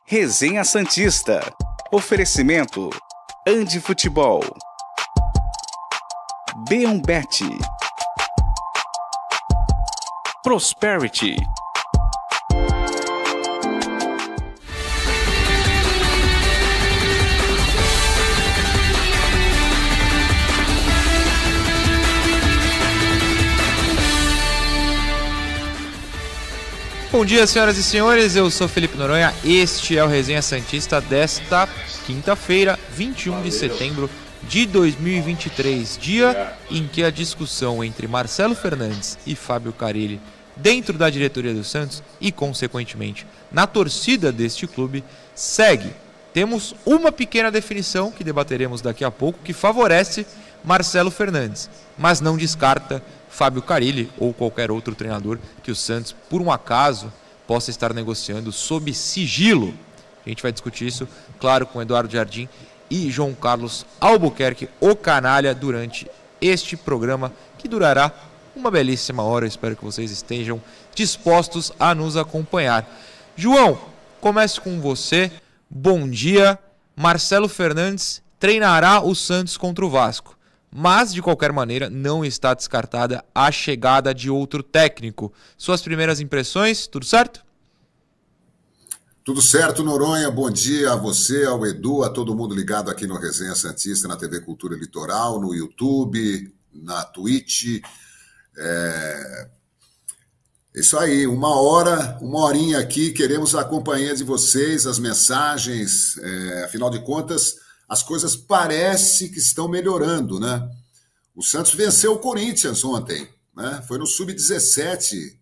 Resenha Santista. Oferecimento Andi Futebol. B1Bet. Prosperity. Bom dia, senhoras e senhores, eu sou Felipe Noronha, este é o Resenha Santista desta quinta-feira, 21 de setembro de 2023, dia em que a discussão entre Marcelo Fernandes e Fábio Carille dentro da diretoria do Santos e, consequentemente, na torcida deste clube, segue. Temos uma pequena definição que debateremos daqui a pouco que favorece Marcelo Fernandes, mas não descarta Fábio Carille ou qualquer outro treinador que o Santos, por um acaso, possa estar negociando sob sigilo. A gente vai discutir isso, claro, com Eduardo Jardim e João Carlos Albuquerque, o canalha, durante este programa que durará uma belíssima hora. Eu espero que vocês estejam dispostos a nos acompanhar. João, comece com você. Bom dia. Marcelo Fernandes treinará o Santos contra o Vasco. Mas, de qualquer maneira, não está descartada a chegada de outro técnico. Suas primeiras impressões, tudo certo? Tudo certo, Noronha. Bom dia a você, ao Edu, a todo mundo ligado aqui no Resenha Santista, na TV Cultura Litoral, no YouTube, na Twitch. Isso aí, uma horinha aqui, queremos a companhia de vocês, as mensagens, afinal de contas, as coisas parece que estão melhorando, né? O Santos venceu o Corinthians ontem, né? Foi no Sub-17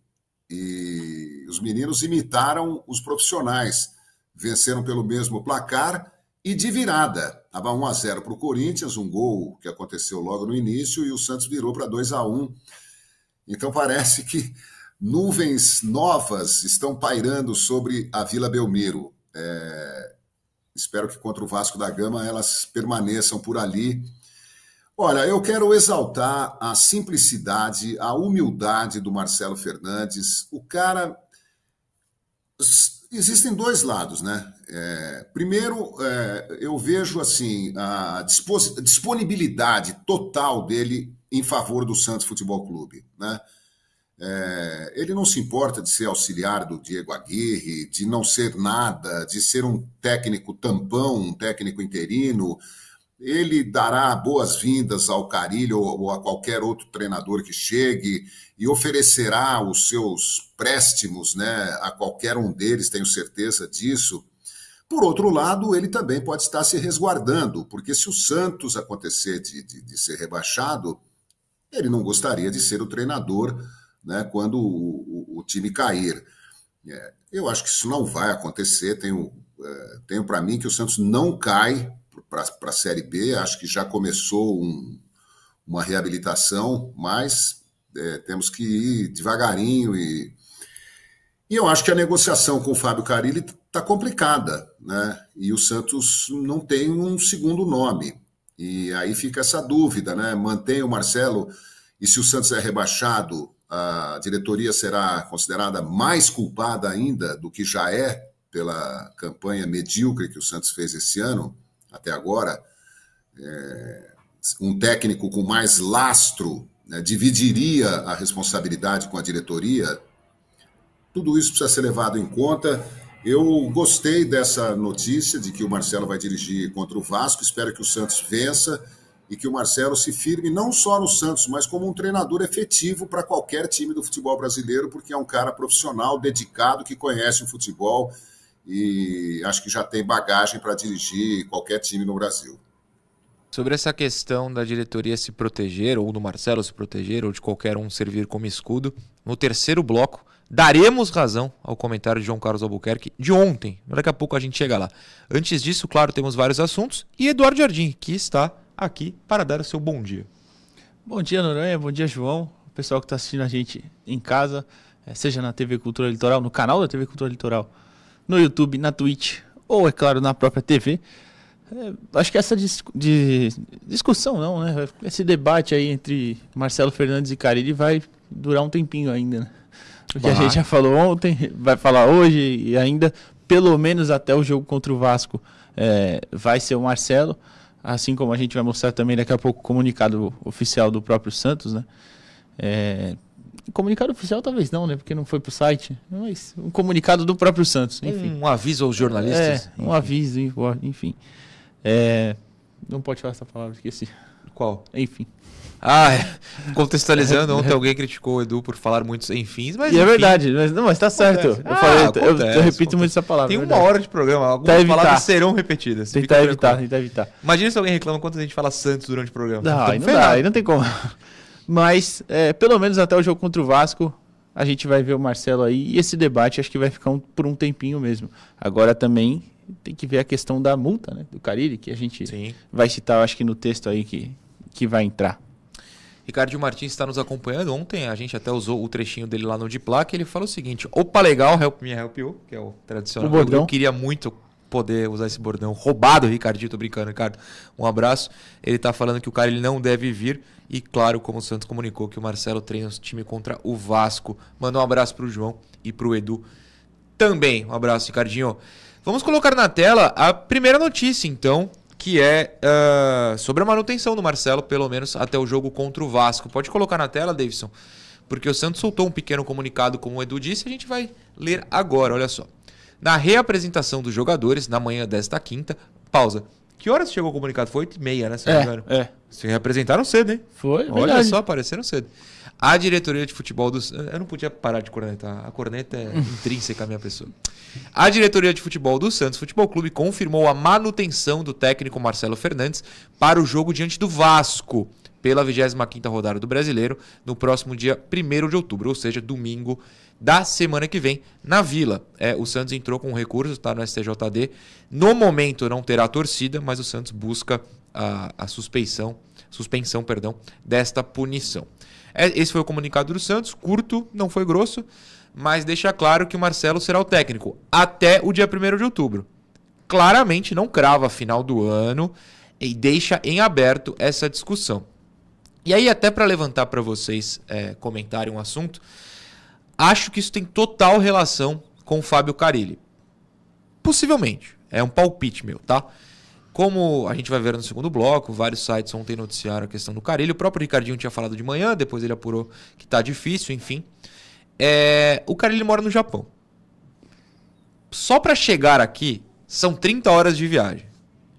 e os meninos imitaram os profissionais. Venceram pelo mesmo placar e de virada. Estava 1-0 para o Corinthians, um gol que aconteceu logo no início e o Santos virou para 2-1. Então parece que nuvens novas estão pairando sobre a Vila Belmiro. Espero que contra o Vasco da Gama elas permaneçam por ali. Olha, eu quero exaltar a simplicidade, a humildade do Marcelo Fernandes. O cara... Existem dois lados, né? Primeiro, eu vejo assim, a disponibilidade total dele em favor do Santos Futebol Clube, né? Ele não se importa de ser auxiliar do Diego Aguirre, de não ser nada, de ser um técnico tampão, um técnico interino. Ele dará boas-vindas ao Carille ou a qualquer outro treinador que chegue e oferecerá os seus préstimos, né, a qualquer um deles, tenho certeza disso. Por outro lado, ele também pode estar se resguardando, porque se o Santos acontecer de ser rebaixado, ele não gostaria de ser o treinador, né, quando o time cair. Eu acho que isso não vai acontecer. Tenho para mim que o Santos não cai para a Série B. Acho que já começou uma reabilitação, mas temos que ir devagarinho. E eu acho que a negociação com o Fábio Carille está complicada, né? E o Santos não tem um segundo nome. E aí fica essa dúvida, né? Mantém o Marcelo, e se o Santos é rebaixado, a diretoria será considerada mais culpada ainda do que já é pela campanha medíocre que o Santos fez esse ano, até agora. Um técnico com mais lastro, né, dividiria a responsabilidade com a diretoria. Tudo isso precisa ser levado em conta. Eu gostei dessa notícia de que o Marcelo vai dirigir contra o Vasco. Espero que o Santos vença e que o Marcelo se firme não só no Santos, mas como um treinador efetivo para qualquer time do futebol brasileiro, porque é um cara profissional, dedicado, que conhece o futebol e acho que já tem bagagem para dirigir qualquer time no Brasil. Sobre essa questão da diretoria se proteger, ou do Marcelo se proteger, ou de qualquer um servir como escudo, no terceiro bloco daremos razão ao comentário de João Carlos Albuquerque de ontem. Daqui a pouco a gente chega lá. Antes disso, claro, temos vários assuntos e Eduardo Jardim, que está aqui para dar o seu bom dia. Bom dia, Noronha, bom dia, João, o pessoal que está assistindo a gente em casa, seja na TV Cultura Litoral, no canal da TV Cultura Litoral, no YouTube, na Twitch, ou, é claro, na própria TV. Acho que essa discussão, não, né? Esse debate aí entre Marcelo Fernandes e Carille vai durar um tempinho ainda, né? O que a gente já falou ontem, vai falar hoje e ainda pelo menos até o jogo contra o Vasco, vai ser o Marcelo, assim como a gente vai mostrar também daqui a pouco o comunicado oficial do próprio Santos, né? Comunicado oficial talvez não, né? Porque não foi pro site, mas um comunicado do próprio Santos, enfim. Um aviso aos jornalistas? Um aviso, enfim. Não pode falar essa palavra, esqueci. Qual? Enfim. Contextualizando, ontem alguém criticou o Edu por falar muitos enfins, mas E enfim, é verdade, mas tá certo. Eu repito muito essa palavra. Tem uma hora de programa, algumas palavras serão repetidas. Tentar evitar. Imagina se alguém reclama quanto a gente fala Santos durante o programa. Aí não tem como. Mas, pelo menos até o jogo contra o Vasco, a gente vai ver o Marcelo aí. E esse debate acho que vai ficar por um tempinho mesmo. Agora também tem que ver a questão da multa, né? Do Carille, que a gente vai citar, acho que no texto aí que vai entrar. Ricardo Martins está nos acompanhando. Ontem a gente até usou o trechinho dele lá no Dipla, que ele fala o seguinte: opa, legal, help me, help you, que é o tradicional. O bordão. Eu queria muito poder usar esse bordão roubado, Ricardinho, tô brincando, Ricardo. Um abraço. Ele tá falando que o cara ele não deve vir. E claro, como o Santos comunicou que o Marcelo treina o time contra o Vasco. Manda um abraço pro João e pro Edu também. Um abraço, Ricardinho. Vamos colocar na tela a primeira notícia, então, que é sobre a manutenção do Marcelo, pelo menos até o jogo contra o Vasco. Pode colocar na tela, Davidson? Porque o Santos soltou um pequeno comunicado, como o Edu disse, a gente vai ler agora, olha só. Na reapresentação dos jogadores, na manhã desta quinta, pausa. Que horas chegou o comunicado? Foi 8h30, né? Se não me engano. Se reapresentaram cedo, hein? Foi, olha verdade. só, apareceram cedo. A diretoria de futebol do... Eu não podia parar de cornetar. A corneta é intrínseca à minha pessoa. A diretoria de futebol do Santos Futebol Clube confirmou a manutenção do técnico Marcelo Fernandes para o jogo diante do Vasco, pela 25ª rodada do Brasileiro, no próximo dia 1º de outubro, ou seja, domingo da semana que vem, na Vila. O Santos entrou com um recurso, está no STJD. No momento não terá torcida, mas o Santos busca a suspensão desta punição. Esse foi o comunicado do Santos, curto, não foi grosso, mas deixa claro que o Marcelo será o técnico até o dia 1º de outubro. Claramente não crava a final do ano e deixa em aberto essa discussão. E aí, até para levantar para vocês comentarem um assunto, acho que isso tem total relação com o Fábio Carille. Possivelmente. É um palpite meu, tá? Como a gente vai ver no segundo bloco, vários sites ontem noticiaram a questão do Carille. O próprio Ricardinho tinha falado de manhã, depois ele apurou que tá difícil, enfim. O Carille mora no Japão. Só para chegar aqui, são 30 horas de viagem.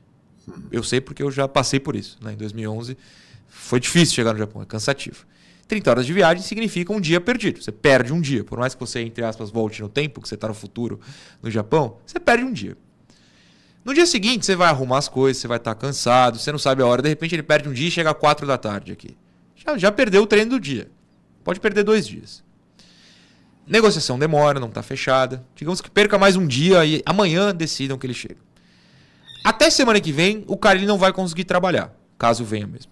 Eu sei porque eu já passei por isso, né? Em 2011 foi difícil chegar no Japão, é cansativo. 30 horas de viagem significa um dia perdido. Você perde um dia. Por mais que você, entre aspas, volte no tempo, que você está no futuro no Japão, você perde um dia. No dia seguinte, você vai arrumar as coisas, você vai estar cansado, você não sabe a hora. De repente, ele perde um dia e chega às 4 da tarde aqui. Já perdeu o treino do dia. Pode perder 2 dias. Negociação demora, não está fechada. Digamos que perca mais um dia e amanhã decidam que ele chega. Até semana que vem, o Carille não vai conseguir trabalhar, caso venha mesmo.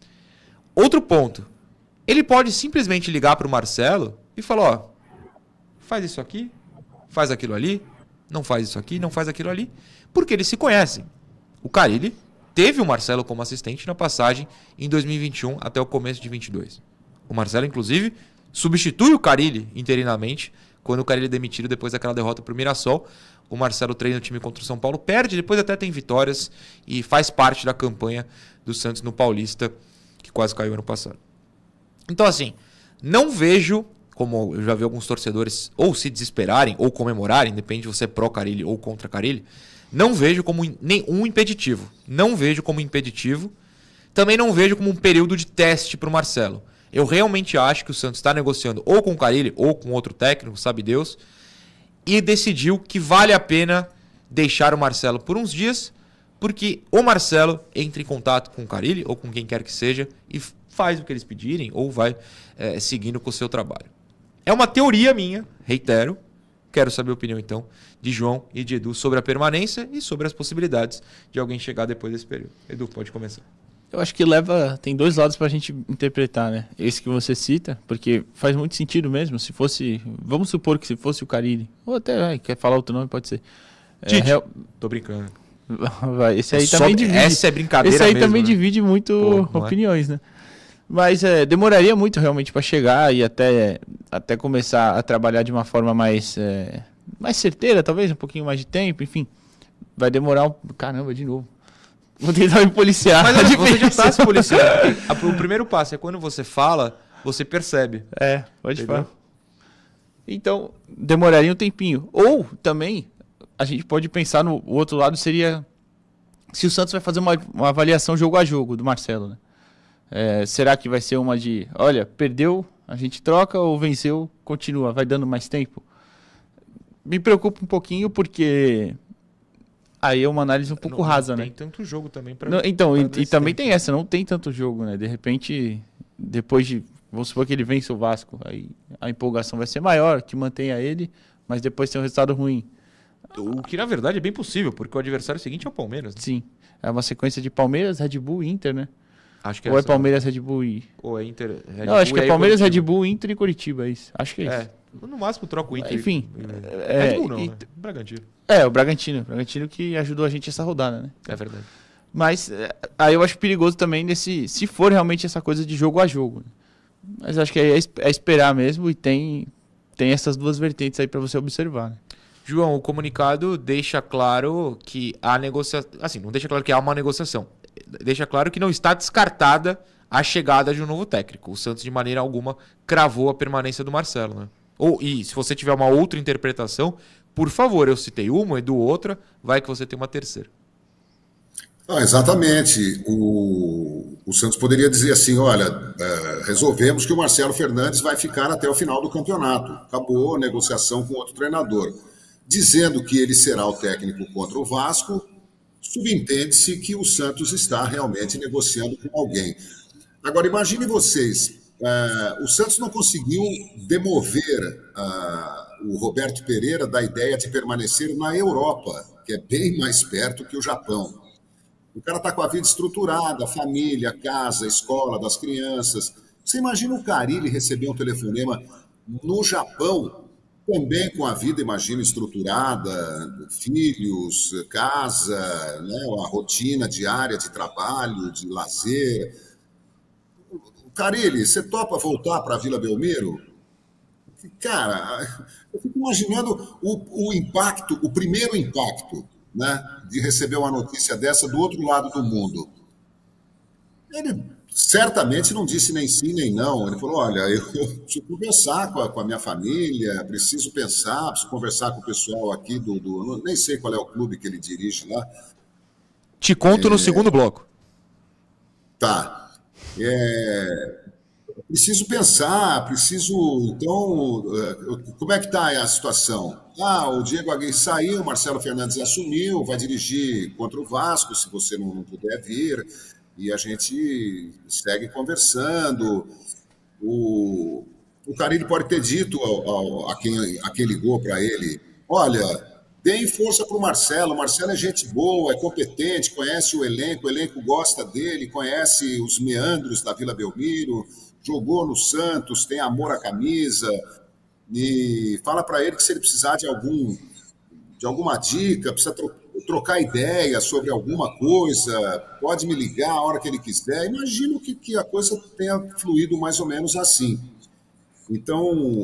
Outro ponto. Ele pode simplesmente ligar para o Marcelo e falar, faz isso aqui, faz aquilo ali, não faz isso aqui, não faz aquilo ali, porque eles se conhecem. O Carille teve o Marcelo como assistente na passagem em 2021 até o começo de 2022. O Marcelo, inclusive, substitui o Carille interinamente quando o Carille é demitido depois daquela derrota para o Mirassol. O Marcelo treina o time contra o São Paulo, perde, depois até tem vitórias e faz parte da campanha do Santos no Paulista, que quase caiu ano passado. Então, assim, não vejo, como eu já vi alguns torcedores ou se desesperarem ou comemorarem, depende de você é pró-Carille ou contra Carille, não vejo como nenhum impeditivo. Não vejo como impeditivo. Também não vejo como um período de teste para o Marcelo. Eu realmente acho que o Santos está negociando ou com o Carille ou com outro técnico, sabe Deus, e decidiu que vale a pena deixar o Marcelo por uns dias, porque o Marcelo entra em contato com o Carille ou com quem quer que seja e faz o que eles pedirem ou vai seguindo com o seu trabalho. É uma teoria minha, reitero. Quero saber a opinião, então, de João e de Edu sobre a permanência e sobre as possibilidades de alguém chegar depois desse período. Edu, pode começar. Eu acho que tem 2 lados pra gente interpretar, né? Esse que você cita, porque faz muito sentido mesmo. Se fosse, vamos supor que se fosse o Carille, ou até, quer falar outro nome, pode ser. Tite. Tô brincando. Esse aí também divide. Essa é brincadeira Esse aí mesmo, também né? divide muito opiniões, né? Mas demoraria muito realmente para chegar e até começar a trabalhar de uma forma mais mais certeira, talvez, um pouquinho mais de tempo, enfim. Vai demorar Caramba, de novo. Vou tentar me policiar. Mas você já está se policiando. O primeiro passo é quando você fala, você percebe. Pode falar. Então, demoraria um tempinho. Ou, também, a gente pode pensar no outro lado, seria se o Santos vai fazer uma avaliação jogo a jogo do Marcelo, né? Será que vai ser uma de, olha, perdeu, a gente troca, ou venceu, continua, vai dando mais tempo? Me preocupa um pouquinho, porque aí é uma análise um pouco rasa, né? Não tem tanto jogo também para. Então, e também tem essa, não tem tanto jogo, né? De repente, depois de, vamos supor que ele vence o Vasco, aí a empolgação vai ser maior, que mantenha ele, mas depois tem um resultado ruim. O que na verdade é bem possível, porque o adversário seguinte é o Palmeiras, né? Sim, é uma sequência de Palmeiras, Red Bull e Inter, né? Acho que ou é Palmeiras, Red Bull e... Ou é Inter, Red Não, acho Bull que é Palmeiras, Red Bull, Inter e Curitiba, é isso. Acho que é isso. No máximo troca o Inter. Enfim. Red Bull não, né? Bragantino. O Bragantino que ajudou a gente essa rodada, né? É verdade. Mas aí eu acho perigoso também se for realmente essa coisa de jogo a jogo. Né? Mas acho que é esperar mesmo, e tem essas duas vertentes aí para você observar, né? João, o comunicado deixa claro que há negociação. Assim, não deixa claro que há uma negociação. Deixa claro que não está descartada a chegada de um novo técnico. O Santos, de maneira alguma, cravou a permanência do Marcelo, né? E se você tiver uma outra interpretação, por favor, eu citei uma e do outra, vai que você tem uma terceira. Exatamente. O Santos poderia dizer assim, olha, resolvemos que o Marcelo Fernandes vai ficar até o final do campeonato. Acabou a negociação com outro treinador. Dizendo que ele será o técnico contra o Vasco, subentende-se que o Santos está realmente negociando com alguém. Agora, imagine vocês, o Santos não conseguiu demover o Roberto Pereira da ideia de permanecer na Europa, que é bem mais perto que o Japão. O cara está com a vida estruturada, família, casa, escola das crianças. Você imagina o Carille receber um telefonema no Japão, também com a vida, imagina, estruturada, filhos, casa, né, a rotina diária de trabalho, de lazer. Carille, você topa voltar para a Vila Belmiro? Cara, eu fico imaginando o impacto, o primeiro impacto, né, de receber uma notícia dessa do outro lado do mundo. Ele certamente não disse nem sim nem não. Ele falou, olha, eu preciso conversar com a minha família, preciso pensar, preciso conversar com o pessoal aqui nem sei qual é o clube que ele dirige lá. Te conto no segundo bloco. Tá. Preciso pensar, então, como é que está a situação? O Diego Aguirre saiu, o Marcelo Fernandes assumiu, vai dirigir contra o Vasco, se você não puder vir, e a gente segue conversando. O Carille pode ter dito a quem ligou para ele, olha, deem força para o Marcelo é gente boa, é competente, conhece o elenco gosta dele, conhece os meandros da Vila Belmiro, jogou no Santos, tem amor à camisa, e fala para ele que se ele precisar de alguma dica, precisa trocar ideia sobre alguma coisa, pode me ligar a hora que ele quiser. Imagino que a coisa tenha fluído mais ou menos assim. Então,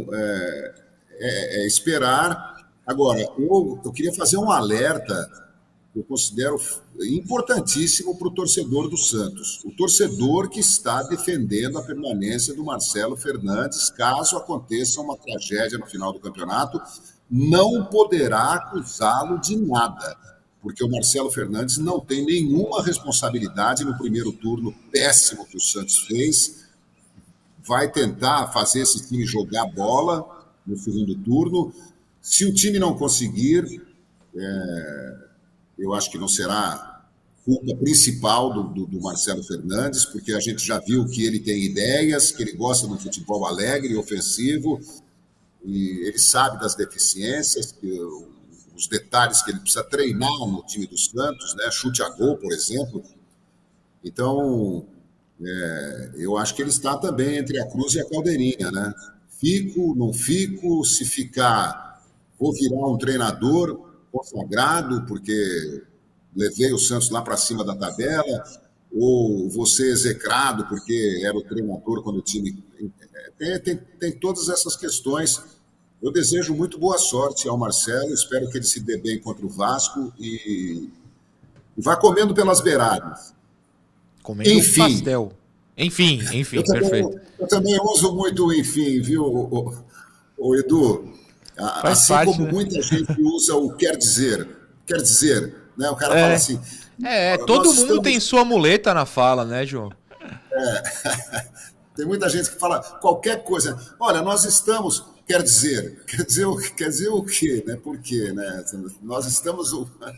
esperar. Agora, eu queria fazer um alerta que eu considero importantíssimo para o torcedor do Santos. O torcedor que está defendendo a permanência do Marcelo Fernandes, caso aconteça uma tragédia no final do campeonato, não poderá acusá-lo de nada, porque o Marcelo Fernandes não tem nenhuma responsabilidade no primeiro turno péssimo que o Santos fez. Vai tentar fazer esse time jogar bola no segundo turno. Se o time não conseguir, eu acho que não será culpa principal do Marcelo Fernandes, porque a gente já viu que ele tem ideias, que ele gosta do futebol alegre e ofensivo, e ele sabe das deficiências, os detalhes que ele precisa treinar no time do Santos, né? Chute a gol, por exemplo. Então, eu acho que ele está também entre a cruz e a caldeirinha, né? Fico, não fico, se ficar, vou virar um treinador consagrado, porque levei o Santos lá para cima da tabela, ou vou ser execrado porque era o treinador quando o time... Tem todas essas questões Eu desejo muito boa sorte ao Marcelo, espero que ele se dê bem contra o Vasco e vá comendo pelas beiradas. Comendo Enfim. pastel. Enfim, perfeito. Eu também uso muito o enfim, viu, o Edu? Faz Assim parte, como né? muita gente usa o quer dizer, né? O cara fala assim. Todo nós mundo estamos- tem sua muleta na fala, né, João? Tem muita gente que fala qualquer coisa. Olha, nós estamos. Quer dizer o quê, né? Por quê, né? Nós estamos.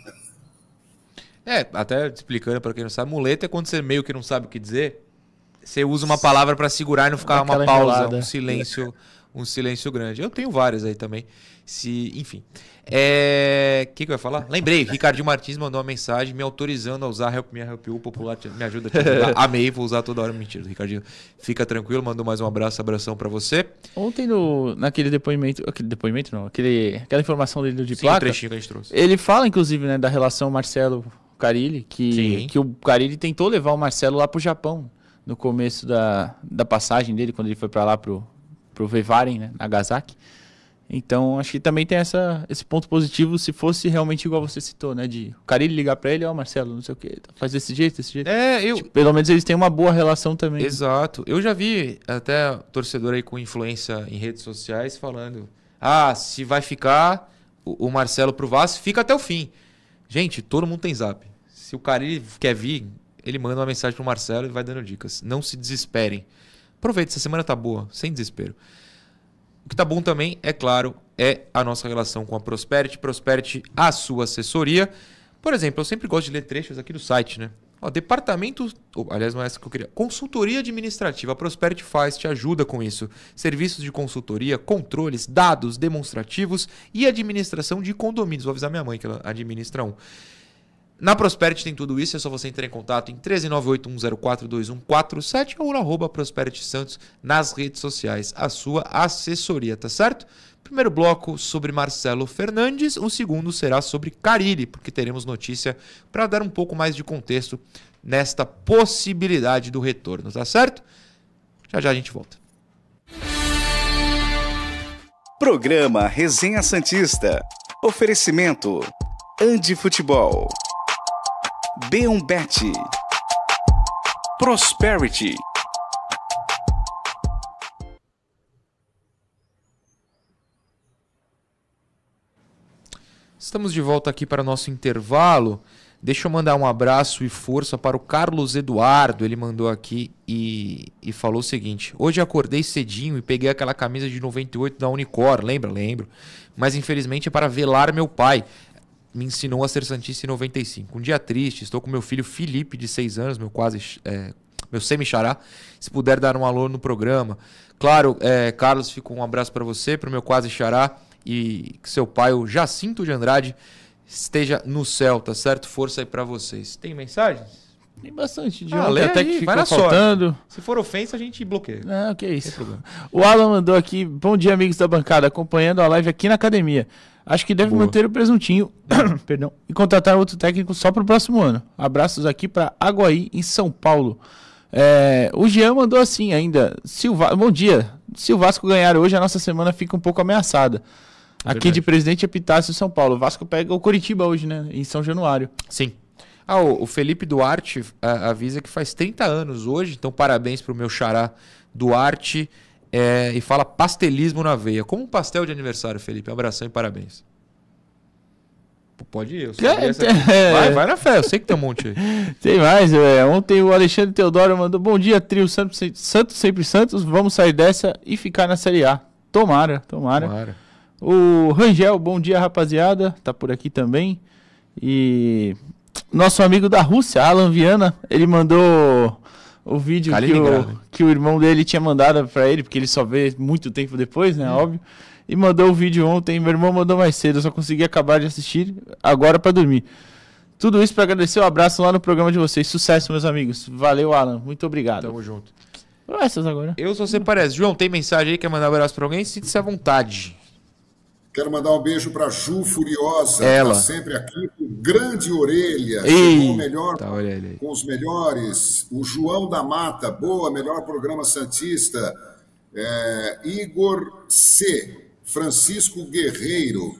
Até explicando para quem não sabe, muleta é quando você meio que não sabe o que dizer, você usa uma palavra para segurar e não ficar uma Aquela pausa, enrolada. um silêncio grande. Eu tenho várias aí também. Enfim. O que eu ia falar? Lembrei, Ricardinho Martins mandou uma mensagem me autorizando a usar Help Me Help You, o popular me ajuda a te ajudar. Amei, vou usar toda hora. Mentira, Ricardinho. Fica tranquilo, mandou mais um abração para você. Ontem naquele depoimento, aquela informação dele de Sim, o placa, trechinho que a gente trouxe. ele fala inclusive, né, da relação Marcelo Carille, Sim. que o Carille tentou levar o Marcelo lá pro Japão no começo da passagem dele, quando ele foi para lá pro Vevaren, né, Nagasaki. Então, acho que também tem esse ponto positivo, se fosse realmente igual você citou, né, de o Carille ligar para ele, Marcelo, não sei o que, faz desse jeito. Tipo, pelo menos eles têm uma boa relação também. Exato. Eu já vi até torcedor aí com influência em redes sociais falando: se vai ficar o Marcelo pro Vasco, fica até o fim. Gente, todo mundo tem zap. Se o cara quer vir, ele manda uma mensagem pro Marcelo e vai dando dicas. Não se desesperem. Aproveita, essa semana tá boa, sem desespero. O que tá bom também, é claro, é a nossa relação com a Prosperity. Prosperity, a sua assessoria. Por exemplo, eu sempre gosto de ler trechos aqui do site, né? Departamento... aliás, não é essa que eu queria. Consultoria administrativa. A Prosperity te ajuda com isso. Serviços de consultoria, controles, dados demonstrativos e administração de condomínios. Vou avisar minha mãe que ela administra um. Na Prosperity tem tudo isso, é só você entrar em contato em 13981042147 ou no @Prosperity Santos nas redes sociais. A sua assessoria, tá certo? Primeiro bloco sobre Marcelo Fernandes, o segundo será sobre Carille, porque teremos notícia para dar um pouco mais de contexto nesta possibilidade do retorno, tá certo? Já já a gente volta. Programa Resenha Santista. Oferecimento Andi Futebol. B1Bet. Prosperity. Estamos de volta aqui para o nosso intervalo. Deixa eu mandar um abraço e força para o Carlos Eduardo. Ele mandou aqui e falou o seguinte: hoje acordei cedinho e peguei aquela camisa de 98 da Unicor. Lembro. Mas infelizmente é para velar meu pai. Me ensinou a ser santista em 95. Um dia triste, estou com meu filho Felipe, de 6 anos, meu semi-xará. Se puder dar um alô no programa. Claro, Carlos, fica um abraço para você, para o meu quase xará. E que seu pai, o Jacinto de Andrade, esteja no céu, tá certo? Força aí pra vocês. Tem mensagens? Tem bastante de lê até aí, que vai ficou na faltando. sorte. Se for ofensa, a gente bloqueia. Não, que isso. Sem problema. O Alan mandou aqui: bom dia, amigos da bancada, acompanhando a live aqui na academia. Acho que deve Boa. manter o presuntinho perdão, e contratar outro técnico só pro próximo ano. Abraços aqui para Aguaí, em São Paulo. O Jean mandou assim ainda: bom dia. Se o Vasco ganhar hoje, a nossa semana fica um pouco ameaçada. Aqui Verdade. de Presidente Epitácio, São Paulo. O Vasco pega o Coritiba hoje, né? Em São Januário. Sim. O Felipe Duarte avisa que faz 30 anos hoje, então parabéns pro meu xará Duarte. E fala pastelismo na veia. Como um pastel de aniversário, Felipe. Abração e parabéns. Pode ir. Eu sabia essa aqui. Vai na fé, eu sei que tem um monte aí. Tem mais, ontem o Alexandre Teodoro mandou: bom dia, trio Santos sempre Santos, vamos sair dessa e ficar na Série A. Tomara. O Rangel, bom dia, rapaziada, tá por aqui também. E nosso amigo da Rússia, Alan Viana, ele mandou o vídeo que o irmão dele tinha mandado pra ele, porque ele só vê muito tempo depois, né, óbvio. E mandou o vídeo ontem, meu irmão mandou mais cedo, eu só consegui acabar de assistir agora pra dormir. Tudo isso pra agradecer o abraço lá no programa de vocês. Sucesso, meus amigos. Valeu, Alan. Muito obrigado. Tamo junto. Essas agora. Eu sou você parece. João, tem mensagem aí? Quer mandar um abraço pra alguém? Sinta-se à vontade. Quero mandar um beijo para Ju Furiosa, Ela. que está sempre aqui, com grande orelha, Ei, chegou melhor tá, olha ele aí. com os melhores. O João da Mata, boa, melhor programa Santista. Igor C. Francisco Guerreiro.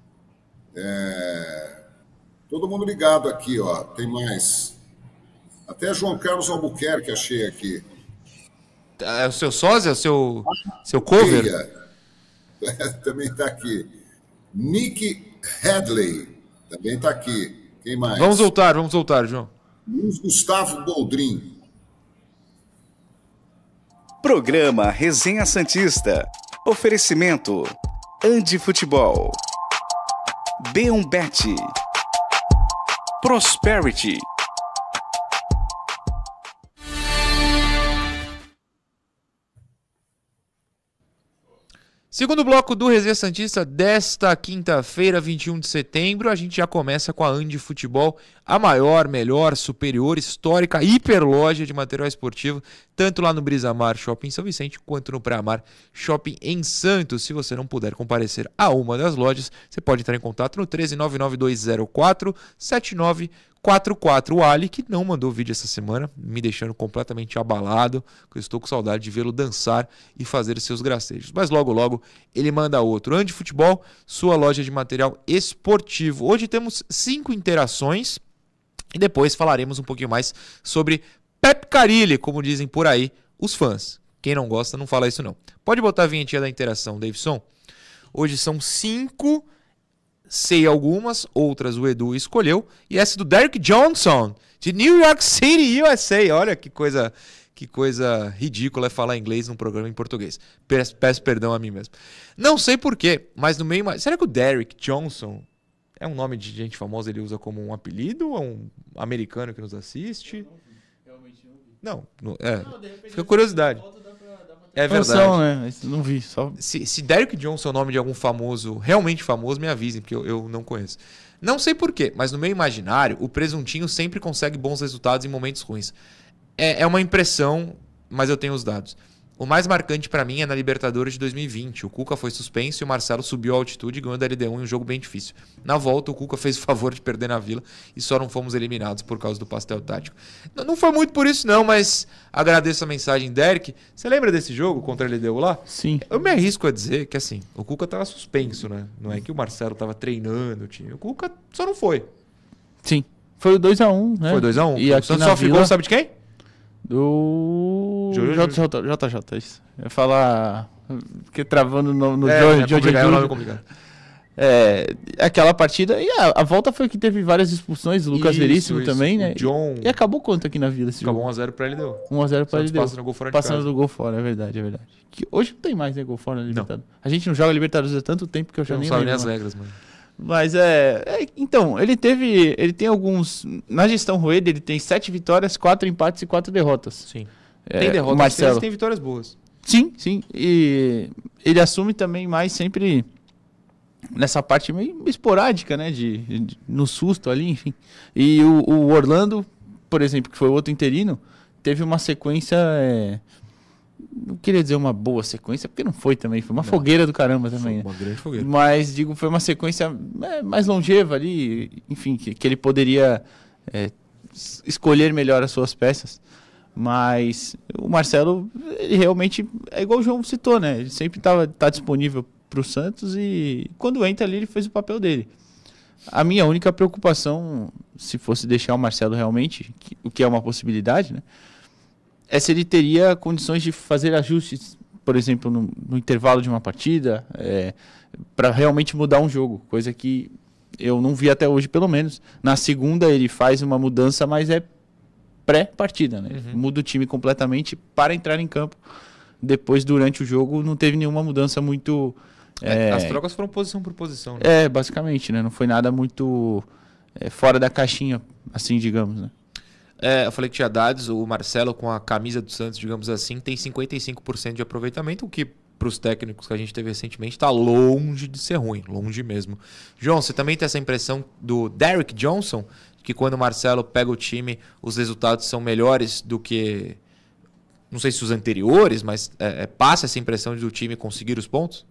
Todo mundo ligado aqui, ó. Tem mais. Até João Carlos Albuquerque achei aqui. É o seu sósia? É o seu cover? Também está aqui. Nick Hadley também está aqui. Quem mais? Vamos voltar, João. Luiz Gustavo Boldrin. Programa Resenha Santista. Oferecimento Andi Futebol, B1Bet, Prosperity. Segundo bloco do Resenha Santista desta quinta-feira, 21 de setembro, a gente já começa com a Andi Futebol, a maior, melhor, superior, histórica, hiperloja de material esportivo, tanto lá no Brisamar Shopping em São Vicente, quanto no Praiamar Shopping em Santos. Se você não puder comparecer a uma das lojas, você pode entrar em contato no 13992047944. O Ali, que não mandou vídeo essa semana, me deixando completamente abalado, que eu estou com saudade de vê-lo dançar e fazer seus gracejos. Mas logo ele manda outro. Andi Futebol, sua loja de material esportivo. Hoje temos 5 interações e depois falaremos um pouquinho mais sobre Pep Carilli, como dizem por aí os fãs. Quem não gosta não fala isso não. Pode botar a vinhetinha da interação, Davidson. Hoje são 5. Sei algumas, outras o Edu escolheu. E essa do Derrick Johnson, de New York City, USA. Olha que coisa ridícula é falar inglês num programa em português. Peço perdão a mim mesmo. Não sei porquê, mas no meio... Será que o Derrick Johnson é um nome de gente famosa, ele usa como um apelido? Ou é um americano que nos assiste? Realmente não vi. Não, fica curiosidade. É verdade. Né? Não vi. Só... Se Derrick Johnson é o nome de algum famoso, realmente famoso, me avisem, porque eu não conheço. Não sei porquê, mas no meu imaginário, o presuntinho sempre consegue bons resultados em momentos ruins. É uma impressão, mas eu tenho os dados. O mais marcante pra mim é na Libertadores de 2020. O Cuca foi suspenso e o Marcelo subiu a altitude e ganhou da LDU em um jogo bem difícil. Na volta, o Cuca fez o favor de perder na Vila e só não fomos eliminados por causa do pastel tático. Não foi muito por isso não, mas agradeço a mensagem, Derek. Você lembra desse jogo contra a LDU lá? Sim. Eu me arrisco a dizer que assim, o Cuca tava suspenso, né? Não é que o Marcelo tava treinando o time. O Cuca só não foi. Sim. Foi o 2x1, né? Foi 2x1. E o aqui Santos na só ficou, Vila... sabe de quem? Do JJ, isso. Eu ia falar. Porque travando no George é complicado. Aquela partida. E a volta foi que teve várias expulsões. O Lucas Veríssimo também, né? John... E acabou quanto aqui na Vila esse jogo? Acabou 1x0 pra ele deu. 1x0 pra ele deu. Passando gol fora de casa. Passando do gol fora, é verdade. Que hoje não tem mais, né? Gol fora na Libertadores. A gente não joga Libertadores há tanto tempo que eu já nem lembro. Não sabe nem as regras, mano. Mas então, ele tem alguns. Na gestão Rueda, ele tem 7 vitórias, 4 empates e 4 derrotas. Sim. Tem derrotas, Marcelo. Tem vitórias boas. Sim. E ele assume também mais sempre nessa parte meio esporádica, né? No susto ali, enfim. E o Orlando, por exemplo, que foi o outro interino, teve uma sequência. Não queria dizer uma boa sequência, porque não foi também. Foi uma fogueira do caramba também. Foi uma grande fogueira. Mas, foi uma sequência mais longeva ali. Enfim, que ele poderia escolher melhor as suas peças. Mas o Marcelo, ele realmente é igual o João citou, né? Ele sempre tá disponível para o Santos e quando entra ali ele fez o papel dele. A minha única preocupação, se fosse deixar o Marcelo realmente, o que é uma possibilidade, né? É se ele teria condições de fazer ajustes, por exemplo, no intervalo de uma partida, para realmente mudar um jogo, coisa que eu não vi até hoje, pelo menos. Na segunda ele faz uma mudança, mas é pré-partida, né? Uhum. Muda o time completamente para entrar em campo. Depois, durante o jogo, não teve nenhuma mudança muito... As trocas foram posição por posição, né? Basicamente, né? Não foi nada muito fora da caixinha, assim, digamos, né? Eu falei que tinha dados, o Marcelo com a camisa do Santos, digamos assim, tem 55% de aproveitamento, o que para os técnicos que a gente teve recentemente está longe de ser ruim, longe mesmo. João, você também tem essa impressão do Derrick Johnson, que quando o Marcelo pega o time, os resultados são melhores do que, não sei se os anteriores, mas passa essa impressão de o time conseguir os pontos?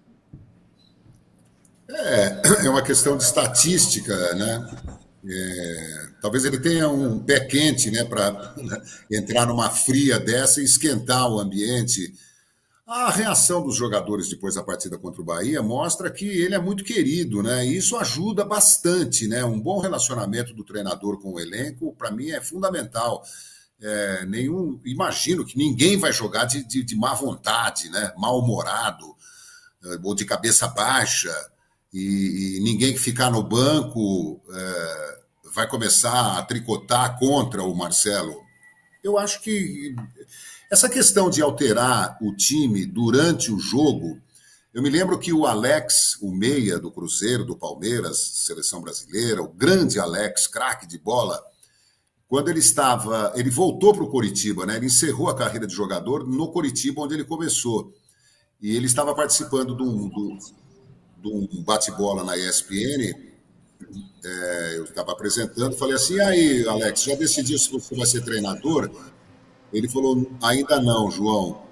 É uma questão de estatística, né? Talvez ele tenha um pé quente, né, para entrar numa fria dessa e esquentar o ambiente. A reação dos jogadores depois da partida contra o Bahia mostra que ele é muito querido, né? E isso ajuda bastante, né? Um bom relacionamento do treinador com o elenco, para mim, é fundamental. Imagino que ninguém vai jogar de má vontade, né? Mal-humorado, ou de cabeça baixa, e ninguém que ficar no banco vai começar a tricotar contra o Marcelo. Eu acho que essa questão de alterar o time durante o jogo, eu me lembro que o Alex, o meia do Cruzeiro, do Palmeiras, seleção brasileira, o grande Alex, craque de bola, quando ele voltou para o Coritiba, né? Ele encerrou a carreira de jogador no Coritiba, onde ele começou. E ele estava participando de um bate-bola na ESPN, eu estava apresentando, falei assim, e aí, Alex, já decidiu se você vai ser treinador? Ele falou, ainda não, João.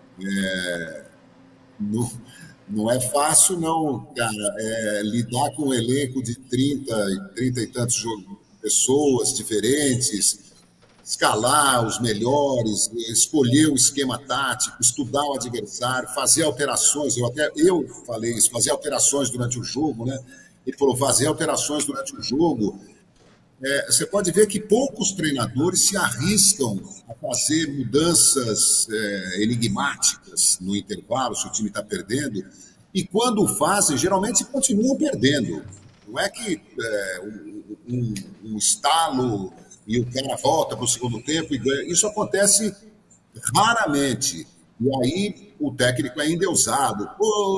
Não é fácil, não, cara. Lidar com um elenco de 30 e tantos pessoas diferentes, escalar os melhores, escolher o esquema tático, estudar o adversário, fazer alterações. Eu falei isso, fazer alterações durante o jogo, né? Ele falou, fazer alterações durante o jogo. Você pode ver que poucos treinadores se arriscam a fazer mudanças enigmáticas no intervalo, se o time está perdendo, e quando fazem, geralmente continuam perdendo. Não é que um estalo e o cara volta para o segundo tempo e ganha. Isso acontece raramente. E aí o técnico é endeusado.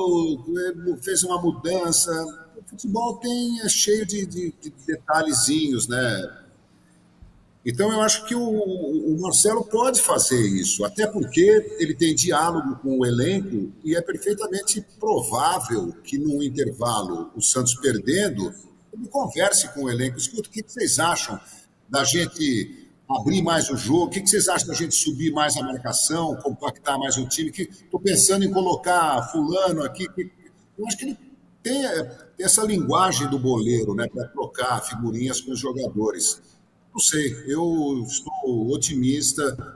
Fez uma mudança. O futebol é cheio de detalhezinhos, né? Então eu acho que o Marcelo pode fazer isso, até porque ele tem diálogo com o elenco e é perfeitamente provável que num intervalo, o Santos perdendo, ele converse com o elenco. Escuta, o que vocês acham da gente abrir mais o jogo? O que vocês acham da gente subir mais a marcação, compactar mais o time? Estou pensando em colocar fulano aqui. Eu acho que ele tem essa linguagem do boleiro, né, para trocar figurinhas com os jogadores. Não sei, eu estou otimista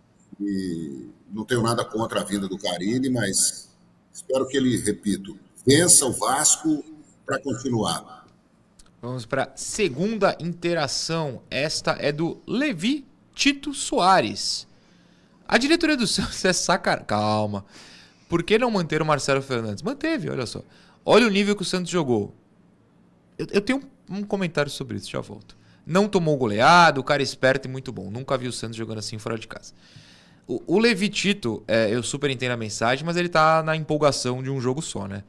e não tenho nada contra a vinda do Carille, mas espero que ele, repito, vença o Vasco para continuar. Vamos para a segunda interação. Esta é do Levi Tito Soares. A diretoria do Santos é sacanagem. Calma. Por que não manter o Marcelo Fernandes? Manteve, olha só. Olha o nível que o Santos jogou. Eu tenho um comentário sobre isso, já volto. Não tomou goleado, o cara é esperto e muito bom. Nunca vi o Santos jogando assim fora de casa. O Levi Tito, eu super entendo a mensagem, mas ele tá na empolgação de um jogo só, né?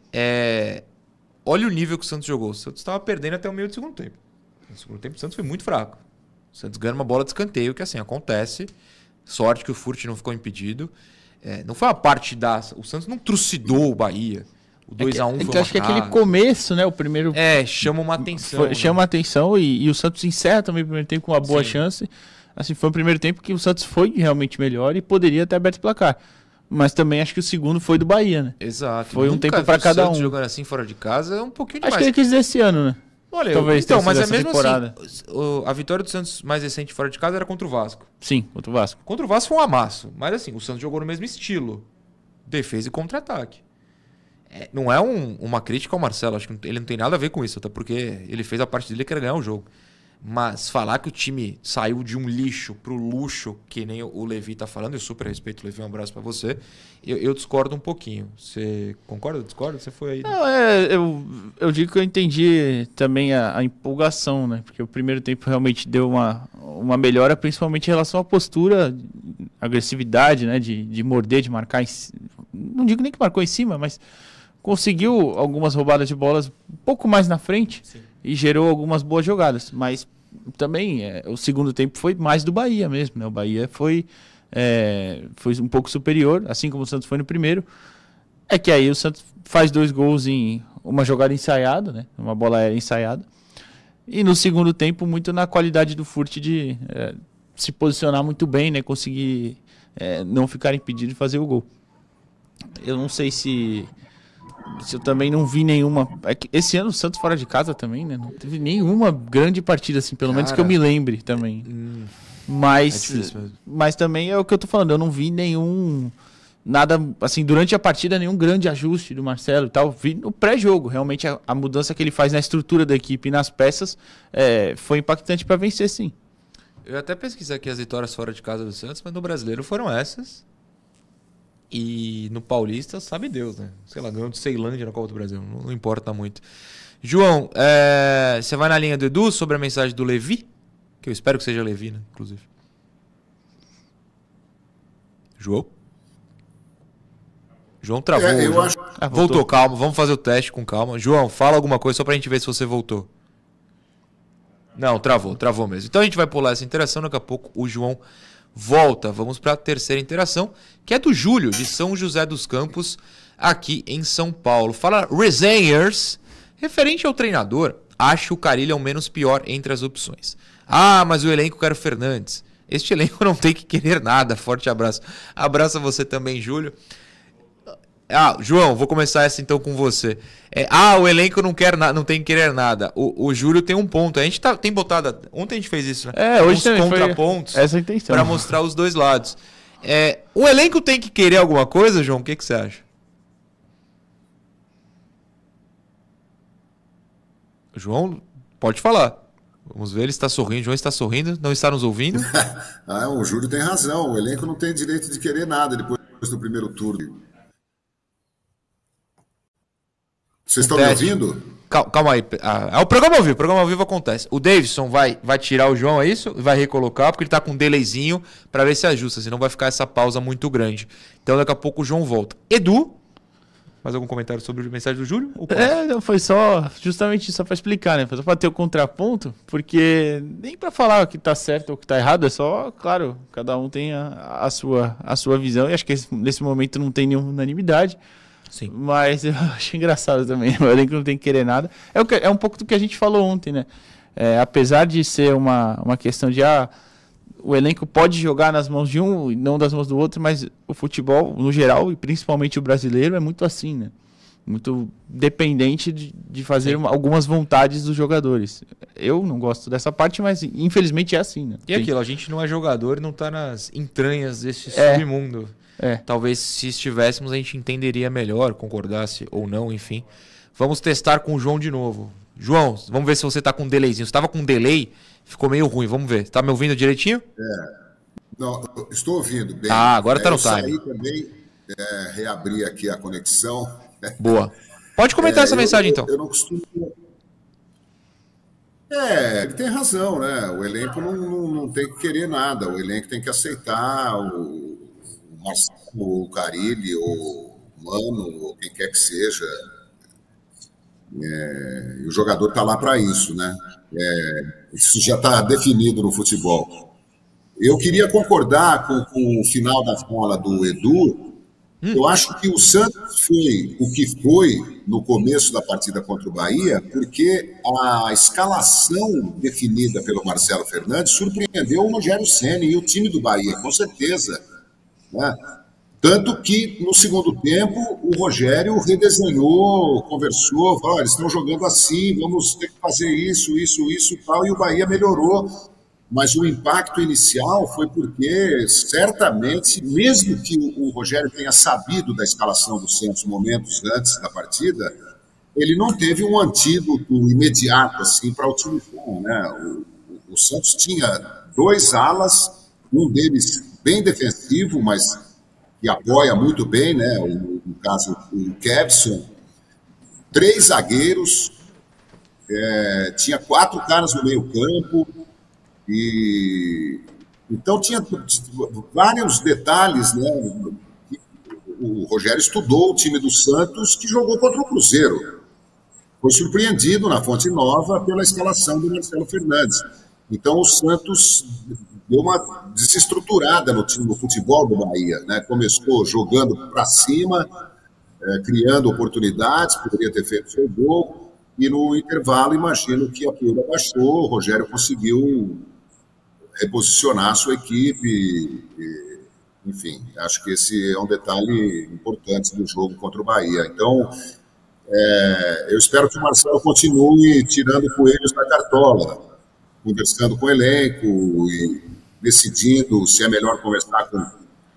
Olha o nível que o Santos jogou. O Santos estava perdendo até o meio do segundo tempo. No segundo tempo o Santos foi muito fraco. O Santos ganha uma bola de escanteio, que assim, acontece. Sorte que o Furt não ficou impedido. Não foi uma partidaça. O Santos não trucidou o Bahia. O 2-1 foi acho que aquele começo, né? O primeiro... chama uma atenção. Chama a atenção e o Santos encerra também o primeiro tempo com uma boa chance. Assim, foi o primeiro tempo que o Santos foi realmente melhor e poderia ter aberto o placar. Mas também acho que o segundo foi do Bahia, né? Exato. Foi um tempo para cada um. Santos jogando assim fora de casa é um pouquinho demais. Acho que ele quis dizer esse ano, né? Olha, talvez então, mas é mesmo temporada. assim. A vitória do Santos mais recente fora de casa era contra o Vasco. Sim, contra o Vasco. Contra o Vasco foi um amasso. Mas assim, o Santos jogou no mesmo estilo. Defesa e contra-ataque. Não é uma crítica ao Marcelo. Acho que ele não tem nada a ver com isso. Até porque ele fez a parte dele que era ganhar o jogo. Mas falar que o time saiu de um lixo pro luxo, que nem o Levi tá falando, eu super respeito o Levi, um abraço pra você, eu discordo um pouquinho. Você concorda ou discorda? Você foi aí? Não, eu digo que eu entendi também a empolgação, né? Porque o primeiro tempo realmente deu uma melhora, principalmente em relação à postura, agressividade, né? De morder, de marcar não digo nem que marcou em cima, mas conseguiu algumas roubadas de bolas um pouco mais na frente. Sim. E gerou algumas boas jogadas. Mas também o segundo tempo foi mais do Bahia mesmo, né? O Bahia foi um pouco superior, assim como o Santos foi no primeiro. É que aí o Santos faz 2 gols em uma jogada ensaiada, né? Uma bola aérea ensaiada. E no segundo tempo, muito na qualidade do Furt de se posicionar muito bem, né? Conseguir não ficar impedido de fazer o gol. Eu não sei se eu também não vi nenhuma... Esse ano o Santos fora de casa também, né? Não teve nenhuma grande partida, assim, pelo menos que eu me lembre também. Mas também é o que eu tô falando, eu não vi nenhum nada, assim, durante a partida, nenhum grande ajuste do Marcelo e tal. Vi no pré-jogo, realmente a mudança que ele faz na estrutura da equipe e nas peças foi impactante para vencer, sim. Eu até pesquisei aqui as vitórias fora de casa do Santos, mas no Brasileiro foram essas. E no Paulista, sabe Deus, né? Sei lá, ganhou de Ceilândia na Copa do Brasil, não importa muito. João, você vai na linha do Edu sobre a mensagem do Levi? Que eu espero que seja Levi, né? Inclusive. João? João travou. Eu acho... Voltou, calma. Vamos fazer o teste com calma. João, fala alguma coisa só pra gente ver se você voltou. Não, travou mesmo. Então a gente vai pular essa interação, daqui a pouco o João volta. Vamos para a terceira interação, que é do Júlio, de São José dos Campos, aqui em São Paulo. Fala, resenhers, referente ao treinador, acho o Carille o menos pior entre as opções. Ah, mas o elenco quer o Fernandes. Este elenco não tem que querer nada. Forte abraço. Abraço a você também, Júlio. João, vou começar essa então com você. O elenco não tem que querer nada. O Júlio tem um ponto. A gente tem botado. Ontem a gente fez isso, né? Hoje uns também contrapontos. Foi essa a intenção. Para mostrar os dois lados. O elenco tem que querer alguma coisa, João? O que você acha? João, pode falar. Vamos ver, ele está sorrindo. João está sorrindo, não está nos ouvindo? O Júlio tem razão. O elenco não tem direito de querer nada depois do primeiro turno. Vocês estão me ouvindo? Calma aí. O programa ao vivo acontece. O Davidson vai tirar o João, é isso? Vai recolocar, porque ele está com um delayzinho para ver se ajusta, senão vai ficar essa pausa muito grande. Então daqui a pouco o João volta. Edu, mais algum comentário sobre a mensagem do Júlio? Não, foi justamente só para explicar, né? Foi só para ter o contraponto, porque nem para falar o que está certo ou o que está errado, é só, claro, cada um tem a sua visão, e acho que nesse momento não tem nenhuma unanimidade. Sim. Mas eu acho engraçado também, o elenco não tem que querer nada. É um pouco do que a gente falou ontem, né? Apesar de ser uma questão de o elenco pode jogar nas mãos de um e não das mãos do outro, mas o futebol, no geral, e principalmente o brasileiro, é muito assim, né? Muito dependente de fazer algumas vontades dos jogadores. Eu não gosto dessa parte, mas infelizmente é assim, né? E aquilo, a gente não é jogador e não está nas entranhas desse submundo. Talvez se estivéssemos a gente entenderia melhor, concordasse ou não, enfim. Vamos testar com o João de novo. João, vamos ver se você está com um delayzinho. Você estava com um delay, ficou meio ruim, vamos ver. Está me ouvindo direitinho? Não, estou ouvindo bem. Agora está no time. Eu saí também, reabri aqui a conexão. Boa. Pode comentar essa mensagem então. Eu não costumo... ele tem razão, né? O elenco não tem que querer nada. O elenco tem que aceitar o Carille, ou o Mano, ou quem quer que seja. E o jogador está lá para isso, né? Isso já está definido no futebol. Eu queria concordar com o final da fala do Edu. Eu acho que o Santos foi o que foi no começo da partida contra o Bahia, porque a escalação definida pelo Marcelo Fernandes surpreendeu o Rogério Ceni e o time do Bahia, com certeza. Né? Tanto que, no segundo tempo, o Rogério redesenhou, conversou, falou, eles estão jogando assim, vamos ter que fazer isso e tal, e o Bahia melhorou. Mas o impacto inicial foi porque, certamente, mesmo que o Rogério tenha sabido da escalação do Santos momentos antes da partida, ele não teve um antídoto imediato assim, para o time. Né? O Santos tinha 2 alas, um deles bem defensivo, mas que apoia muito bem, né? No caso, o Kevson, 3 zagueiros, tinha 4 caras no meio campo, e então tinha vários detalhes, né? O Rogério estudou o time do Santos, que jogou contra o Cruzeiro. Foi surpreendido na Fonte Nova pela escalação do Marcelo Fernandes. Então o Santos deu uma desestruturada no futebol do Bahia, né? Começou jogando para cima, criando oportunidades, poderia ter feito seu gol, e no intervalo imagino que a poeira baixou, o Rogério conseguiu reposicionar a sua equipe, enfim, acho que esse é um detalhe importante do jogo contra o Bahia. Então, eu espero que o Marcelo continue tirando coelhos da cartola, conversando com o elenco e decidindo se é melhor conversar com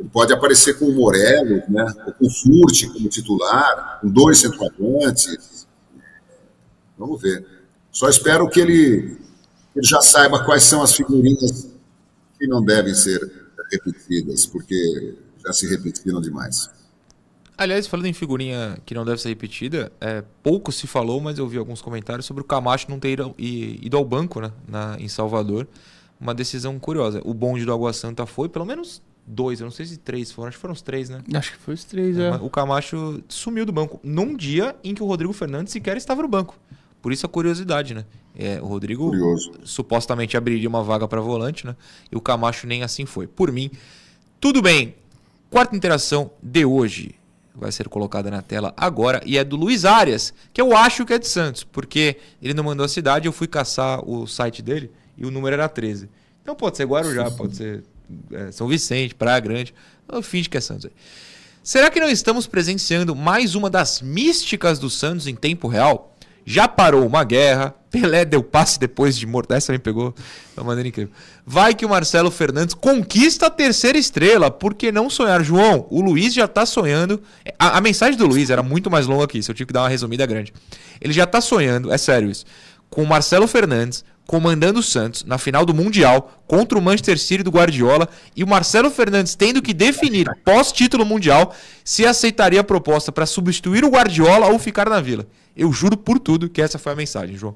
Ele pode aparecer com o Morelos, né? Ou com o Furt como titular, com 2 centroavantes. Vamos ver. Só espero que ele já saiba quais são as figurinhas que não devem ser repetidas, porque já se repetiram demais. Aliás, falando em figurinha que não deve ser repetida, pouco se falou, mas eu vi alguns comentários sobre o Camacho não ter ido ao banco, né, em Salvador. Uma decisão curiosa. O bonde do Água Santa foi, pelo menos 2, eu não sei se 3 foram, acho que foram os 3, né? Acho que foi os 3, O Camacho sumiu do banco num dia em que o Rodrigo Fernandes sequer estava no banco. Por isso a curiosidade, né? O Rodrigo supostamente abriria uma vaga para volante, né? E o Camacho nem assim foi. Por mim, tudo bem. Quarta interação de hoje vai ser colocada na tela agora e é do Luiz Arias, que eu acho que é de Santos, porque ele não mandou a cidade, eu fui caçar o site dele e o número era 13. Então pode ser Guarujá, pode ser São Vicente, Praia Grande, eu finge que é Santos. Será que não estamos presenciando mais uma das místicas do Santos em tempo real? Já parou uma guerra, Pelé deu passe depois de morto. Essa me pegou de uma maneira incrível. Vai que o Marcelo Fernandes conquista a 3ª estrela. Por que não sonhar? João, o Luiz já tá sonhando. A mensagem do Luiz era muito mais longa que isso. Eu tive que dar uma resumida grande. Ele já tá sonhando, é sério isso, com o Marcelo Fernandes comandando o Santos na final do Mundial contra o Manchester City do Guardiola e o Marcelo Fernandes tendo que definir pós-título mundial se aceitaria a proposta para substituir o Guardiola ou ficar na Vila. Eu juro por tudo que essa foi a mensagem, João.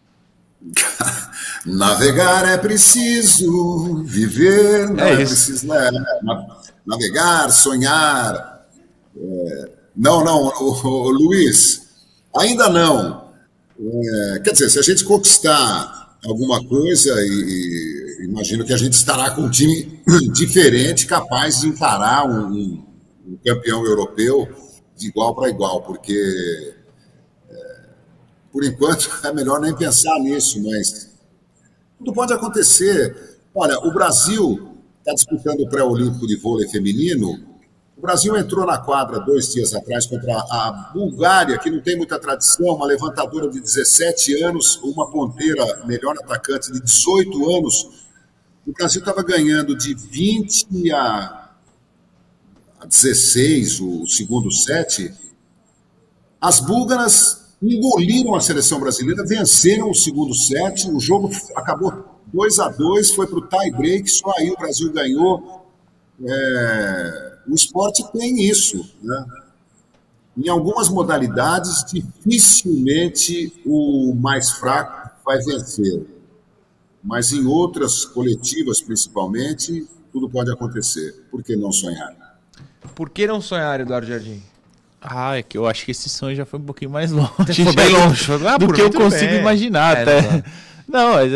Navegar é preciso, viver não é preciso, né? Navegar, sonhar. Não, Luiz, ainda não. Quer dizer, se a gente conquistar alguma coisa, e imagino que a gente estará com um time diferente, capaz de encarar um campeão europeu de igual para igual, porque por enquanto é melhor nem pensar nisso, mas tudo pode acontecer. Olha, o Brasil está disputando o pré-olímpico de vôlei feminino. O Brasil entrou na quadra 2 dias atrás contra a Bulgária, que não tem muita tradição, uma levantadora de 17 anos, uma ponteira, melhor atacante, de 18 anos. O Brasil estava ganhando de 20 a 16 o segundo set. As búlgaras engoliram a seleção brasileira, venceram o segundo set, o jogo acabou 2-2, foi para o tie-break, só aí o Brasil ganhou. O esporte tem isso, né? Em algumas modalidades, dificilmente o mais fraco vai vencer. Mas em outras, coletivas principalmente, tudo pode acontecer. Por que não sonhar? Por que não sonhar, Eduardo Jardim? É que eu acho que esse sonho já foi um pouquinho mais longe. Foi bem longe. Do que eu consigo imaginar até. Não, mas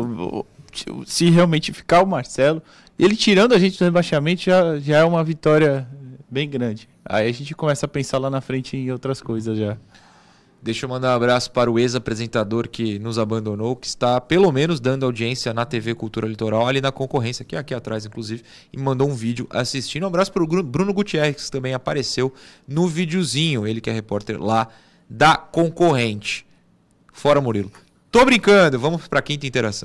se realmente ficar o Marcelo, ele tirando a gente do rebaixamento já é uma vitória bem grande. Aí a gente começa a pensar lá na frente em outras coisas já. Deixa eu mandar um abraço para o ex-apresentador que nos abandonou, que está pelo menos dando audiência na TV Cultura Litoral, ali na concorrência, que é aqui atrás inclusive, e mandou um vídeo assistindo. Um abraço para o Bruno Gutierrez, que também apareceu no videozinho, ele que é repórter lá da concorrente. Fora Murilo. Tô brincando, vamos para a quinta interação.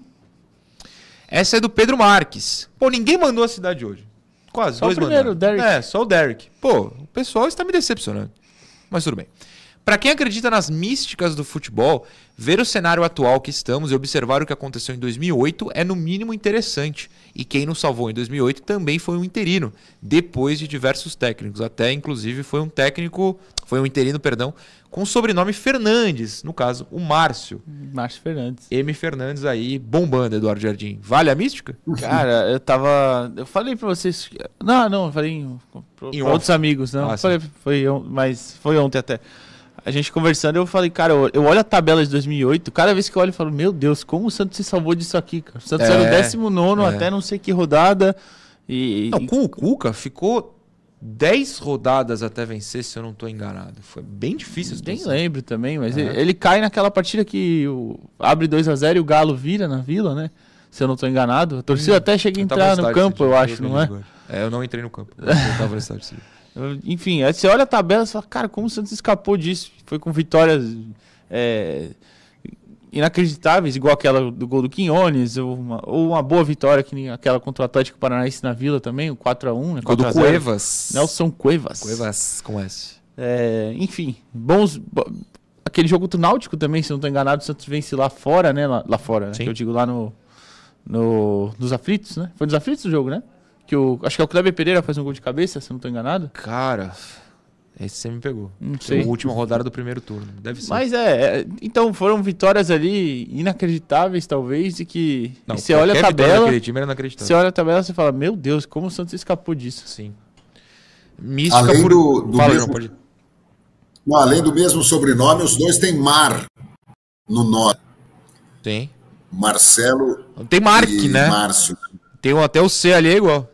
Essa é do Pedro Marques. Pô, ninguém mandou a cidade hoje. Quase, só 2 mandaram. O Derek. Só o Derek. Pô, o pessoal está me decepcionando. Mas tudo bem. Para quem acredita nas místicas do futebol, ver o cenário atual que estamos e observar o que aconteceu em 2008 é no mínimo interessante. E quem nos salvou em 2008 também foi um interino, depois de diversos técnicos. Até, inclusive, foi um interino, com o sobrenome Fernandes, no caso, o Márcio. Márcio Fernandes. M. Fernandes aí, bombando, Eduardo Jardim. Vale a mística? Cara, eu falei pra vocês... Não, eu falei pra outros amigos, não. Mas foi ontem até. A gente conversando, eu falei, cara, eu olho a tabela de 2008, cada vez que eu olho eu falo, meu Deus, como o Santos se salvou disso aqui, cara. O Santos era o 19º até não sei que rodada. Não, com o Cuca ficou 10 rodadas até vencer, se eu não estou enganado. Foi bem difícil. Nem lembro também, mas ele cai naquela partida que abre 2-0 e o Galo vira na Vila, né? Se eu não estou enganado. A torcida até chega a entrar no campo, eu acho, não é? Eu não entrei no campo, eu estava no estádio. Enfim, aí você olha a tabela e fala, cara, como o Santos escapou disso? Foi com vitórias inacreditáveis, igual aquela do gol do Quinones, ou uma boa vitória, que nem aquela contra o Atlético Paranaense na Vila também, o 4x1, né? Gol do Cuevas. Nelson Cuevas. Cuevas com S. Enfim, aquele jogo do Náutico também, se não estou enganado, o Santos vence lá fora, né? Lá fora, né? Que eu digo lá nos Aflitos, né? Foi nos Aflitos o jogo, né? Acho que é o Kleber Pereira faz um gol de cabeça, se não estou enganado. Cara, esse você me pegou. Não sei. A última rodada do primeiro turno, deve ser. Mas então foram vitórias ali inacreditáveis, talvez, e que Não, e você olha a tabela, time era inacreditável. você olha a tabela e fala, meu Deus, como o Santos escapou disso. Sim. Mística Além por... do Fala, mesmo... não, pode... Não, além do mesmo sobrenome, os dois têm Mar no nome. Tem. Marcelo Tem Mark, e né? Márcio. Tem até o C ali, é igual.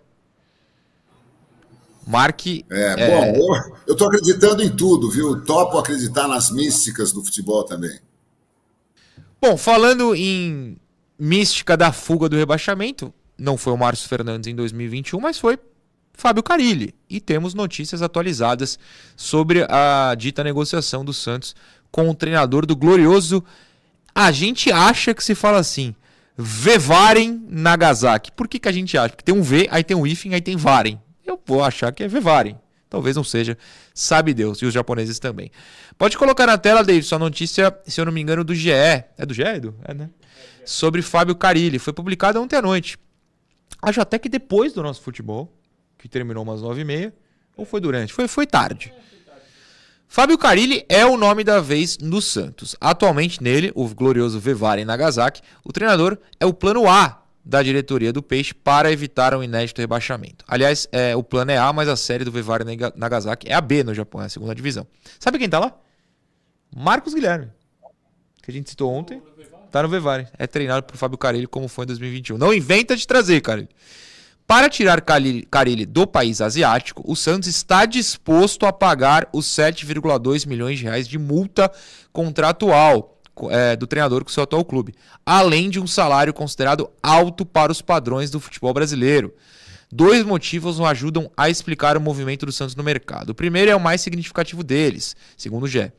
Mark... Bom, eu tô acreditando em tudo, viu? Topo acreditar nas místicas do futebol também. Bom, falando em mística da fuga do rebaixamento, não foi o Márcio Fernandes em 2021, mas foi Fábio Carille. E temos notícias atualizadas sobre a dita negociação do Santos com o treinador do glorioso... A gente acha que se fala assim, Vevaren Nagasaki. Por que a gente acha? Porque tem um V, aí tem um hífen, aí tem Varen. Eu vou achar que é Vevaren. Talvez não seja, sabe Deus, e os japoneses também. Pode colocar na tela, Davidson, a notícia, se eu não me engano, do GE. É do GE, Edu? Né? Sobre Fábio Carille. Foi publicada ontem à noite. Acho até que depois do nosso futebol, que terminou umas 9h30, ou foi durante? Foi tarde. Fábio Carille é o nome da vez no Santos. Atualmente nele, o glorioso Vevaren Nagasaki, o treinador é o plano A da diretoria do Peixe para evitar um inédito rebaixamento. Aliás, o plano é A, mas a série do Vevaren Nagasaki é a B no Japão, é a segunda divisão. Sabe quem tá lá? Marcos Guilherme, que a gente citou ontem. Tá no Vevaren. É treinado por Fábio Carille como foi em 2021. Não inventa de trazer, Carille. Para tirar Carille do país asiático, o Santos está disposto a pagar os 7,2 milhões de reais de multa contratual do treinador com seu atual clube, além de um salário considerado alto para os padrões do futebol brasileiro. Dois motivos nos ajudam a explicar o movimento do Santos no mercado. O primeiro é o mais significativo deles, segundo o GE.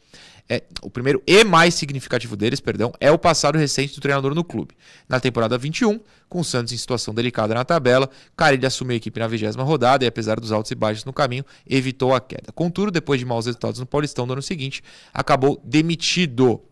O primeiro e mais significativo deles, é o passado recente do treinador no clube. Na temporada 21, com o Santos em situação delicada na tabela, Carille assumiu a equipe na 20ª rodada e, apesar dos altos e baixos no caminho, evitou a queda. Contudo, depois de maus resultados no Paulistão do ano seguinte, acabou demitido.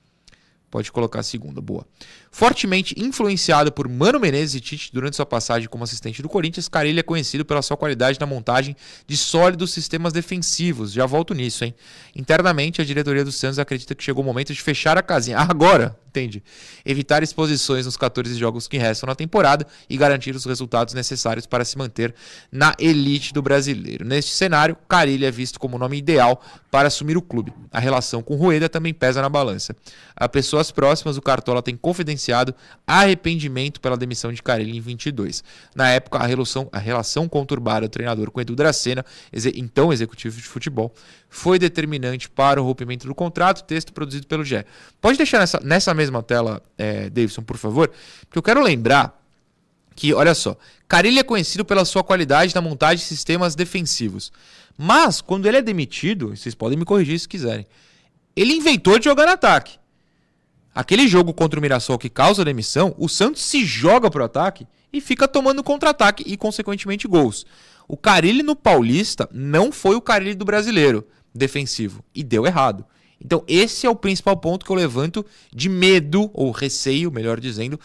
Pode colocar a segunda, boa. Fortemente influenciado por Mano Menezes e Tite durante sua passagem como assistente do Corinthians, Carille é conhecido pela sua qualidade na montagem de sólidos sistemas defensivos. Já volto nisso, hein? Internamente, a diretoria do Santos acredita que chegou o momento de fechar a casinha. Agora, entende? Evitar exposições nos 14 jogos que restam na temporada e garantir os resultados necessários para se manter na elite do brasileiro. Neste cenário, Carille é visto como o nome ideal para assumir o clube. A relação com Rueda também pesa na balança. A pessoas próximas, o Cartola tem confidenciado arrependimento pela demissão de Carille em 22. Na época, a relação conturbada do treinador com Edu Dracena, então executivo de futebol, foi determinante para o rompimento do contrato, texto produzido pelo GE. Pode deixar nessa mesma tela, Davidson, por favor? Porque eu quero lembrar que, olha só, Carille é conhecido pela sua qualidade na montagem de sistemas defensivos. Mas, quando ele é demitido, vocês podem me corrigir se quiserem, ele inventou de jogar no ataque. Aquele jogo contra o Mirassol que causa a demissão, o Santos se joga pro ataque e fica tomando contra-ataque e, consequentemente, gols. O Carille no Paulista não foi o Carille do brasileiro defensivo e deu errado. Então, esse é o principal ponto que eu levanto de medo, ou receio, melhor dizendo,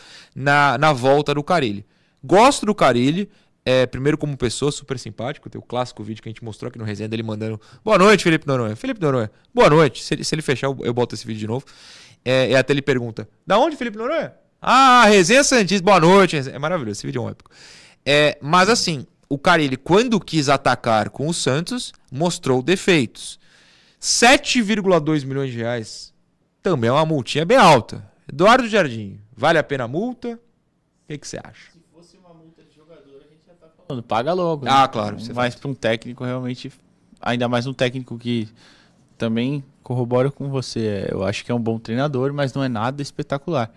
na volta do Carille. Gosto do Carille, primeiro como pessoa, super simpático. Tem o clássico vídeo que a gente mostrou aqui no resenha dele mandando boa noite, Felipe Noronha. Felipe Noronha, boa noite. Se ele fechar, eu boto esse vídeo de novo. E até ele pergunta, da onde, Felipe Noronha? Ah, Resenha Santista, boa noite. É maravilhoso, esse vídeo é um épico. Mas assim, o Carille, quando quis atacar com o Santos, mostrou defeitos. 7,2 milhões de reais também é uma multinha bem alta. Eduardo Jardim, vale a pena a multa? O que você acha? Se fosse uma multa de jogador, a gente já tá falando, paga logo. Ah, né? claro. Mas para um técnico, realmente, ainda mais um técnico que também corroboro com você. Eu acho que é um bom treinador, mas não é nada espetacular.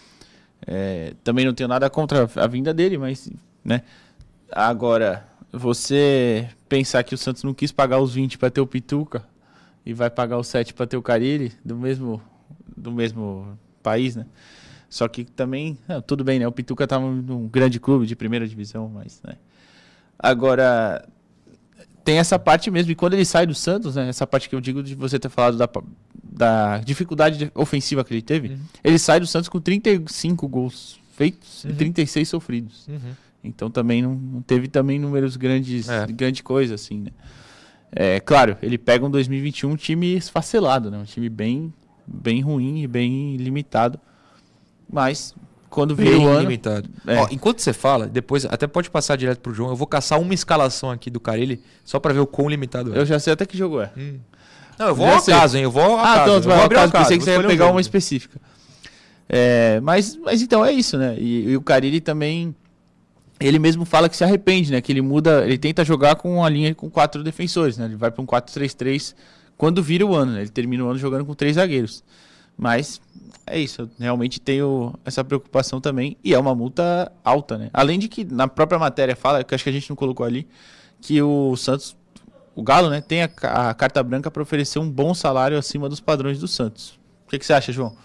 Também não tenho nada contra a vinda dele, mas, né? Agora, você pensar que o Santos não quis pagar os 20 para ter o Pituca e vai pagar os 7 para ter o Carille, do mesmo país, né? Só que também, tudo bem, né? O Pituca tá num grande clube de primeira divisão, mas, né? Agora, tem essa parte mesmo, e quando ele sai do Santos, né? Essa parte que eu digo de você ter falado da dificuldade ofensiva que ele teve, ele sai do Santos com 35 gols feitos e 36 sofridos. Então também não teve também números grande coisa, assim, né? Claro, ele pega um 2021 um time esfacelado, né? Um time bem ruim e bem limitado. Mas quando vira o ano... limitado. Ó, enquanto você fala, depois até pode passar direto pro João, eu vou caçar uma escalação aqui do Carille, só pra ver o quão limitado é. Eu já sei até que jogo é. Não, eu vou ao caso, hein? Eu vou ao caso. Então, vai ao caso. Pensei que você ia pegar jogo. uma específica. Mas então é isso, né? E o Carille também... Ele mesmo fala que se arrepende, né? Que ele muda... Ele tenta jogar com uma linha com 4 defensores, né? Ele vai para um 4-3-3 quando vira o ano, né? Ele termina o ano jogando com 3 zagueiros. Mas é isso. Eu realmente tenho essa preocupação também. E é uma multa alta, né? Além de que na própria matéria fala, que acho que a gente não colocou ali, que o Santos... O Galo, né? Tem a carta branca para oferecer um bom salário acima dos padrões do Santos. O que você acha, João?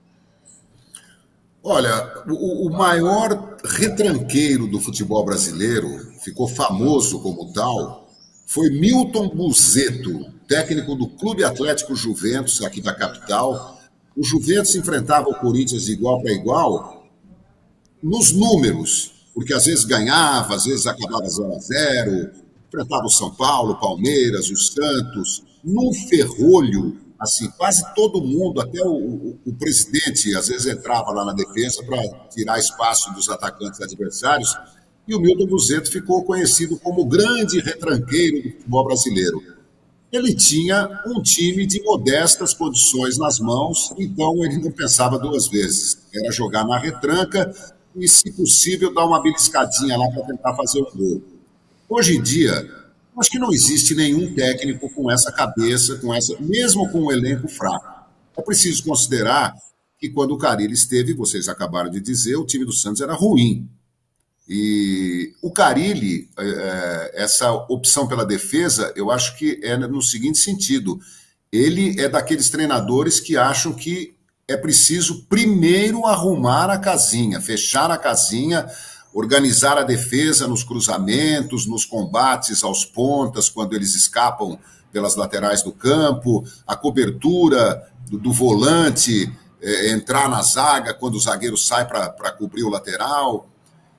Olha, o maior retranqueiro do futebol brasileiro, ficou famoso como tal, foi Milton Buzetto, técnico do Clube Atlético Juventus, aqui da capital. O Juventus enfrentava o Corinthians de igual para igual nos números, porque às vezes ganhava, às vezes acabava 0-0, enfrentava o São Paulo, o Palmeiras, o Santos, no ferrolho. Assim, quase todo mundo, até o presidente, às vezes entrava lá na defesa para tirar espaço dos atacantes adversários, e o Milton Buzetto ficou conhecido como o grande retranqueiro do futebol brasileiro. Ele tinha um time de modestas condições nas mãos, então ele não pensava 2 vezes. Era jogar na retranca e, se possível, dar uma beliscadinha lá para tentar fazer um gol. Hoje em dia... Acho que não existe nenhum técnico com essa cabeça, mesmo com um elenco fraco. É preciso considerar que quando o Carille esteve, vocês acabaram de dizer, o time do Santos era ruim. E o Carille, essa opção pela defesa, eu acho que é no seguinte sentido. Ele é daqueles treinadores que acham que é preciso primeiro arrumar a casinha, fechar a casinha, organizar a defesa nos cruzamentos, nos combates aos pontas, quando eles escapam pelas laterais do campo, a cobertura do volante, entrar na zaga quando o zagueiro sai para cobrir o lateral.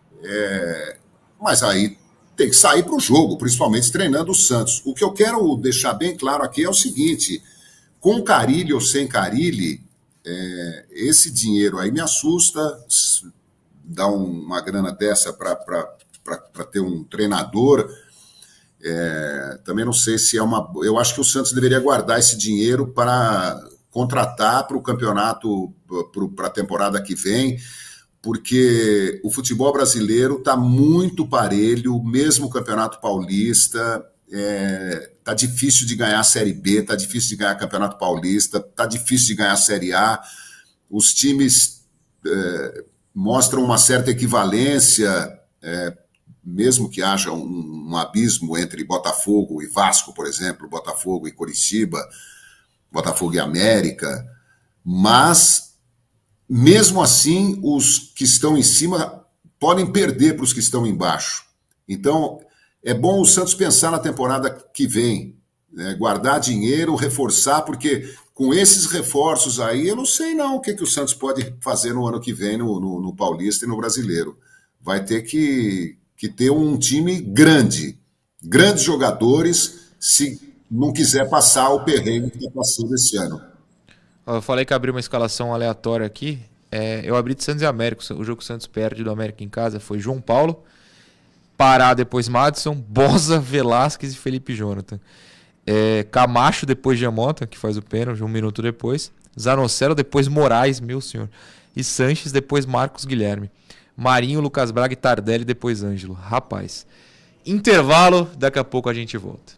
Mas aí tem que sair para o jogo, principalmente treinando o Santos. O que eu quero deixar bem claro aqui é o seguinte: com Carille ou sem Carille, esse dinheiro aí me assusta. Dar uma grana dessa para ter um treinador, também não sei se é uma... Eu acho que o Santos deveria guardar esse dinheiro para contratar para o campeonato, para a temporada que vem, porque o futebol brasileiro está muito parelho, mesmo o Campeonato Paulista, está difícil de ganhar a Série B, está difícil de ganhar o Campeonato Paulista, está difícil de ganhar a Série A, os times... mostram uma certa equivalência, mesmo que haja um abismo entre Botafogo e Vasco, por exemplo, Botafogo e Coritiba, Botafogo e América, mas, mesmo assim, os que estão em cima podem perder para os que estão embaixo. Então, é bom o Santos pensar na temporada que vem, né? Guardar dinheiro, reforçar, porque... Com esses reforços aí, eu não sei não o que o Santos pode fazer no ano que vem no Paulista e no Brasileiro. Vai ter que ter um time grande, grandes jogadores, se não quiser passar o perrengue que está passando esse ano. Eu falei que abri uma escalação aleatória aqui. Eu abri de Santos e América. O jogo que o Santos perde do América em casa foi João Paulo, Pará, depois Madison, Boza, Velasquez e Felipe Jonathan. Camacho, depois Giamota, que faz o pênalti, 1 minuto depois. Zanocelo, depois Moraes, meu senhor. E Sanches, depois Marcos Guilherme. Marinho, Lucas Braga e Tardelli, depois Ângelo. Rapaz. Intervalo, daqui a pouco a gente volta.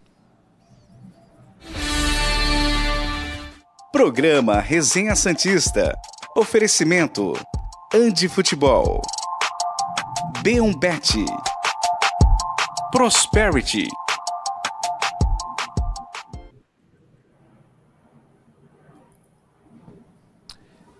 Programa Resenha Santista. Oferecimento Andi Futebol, B1Bet, Prosperity.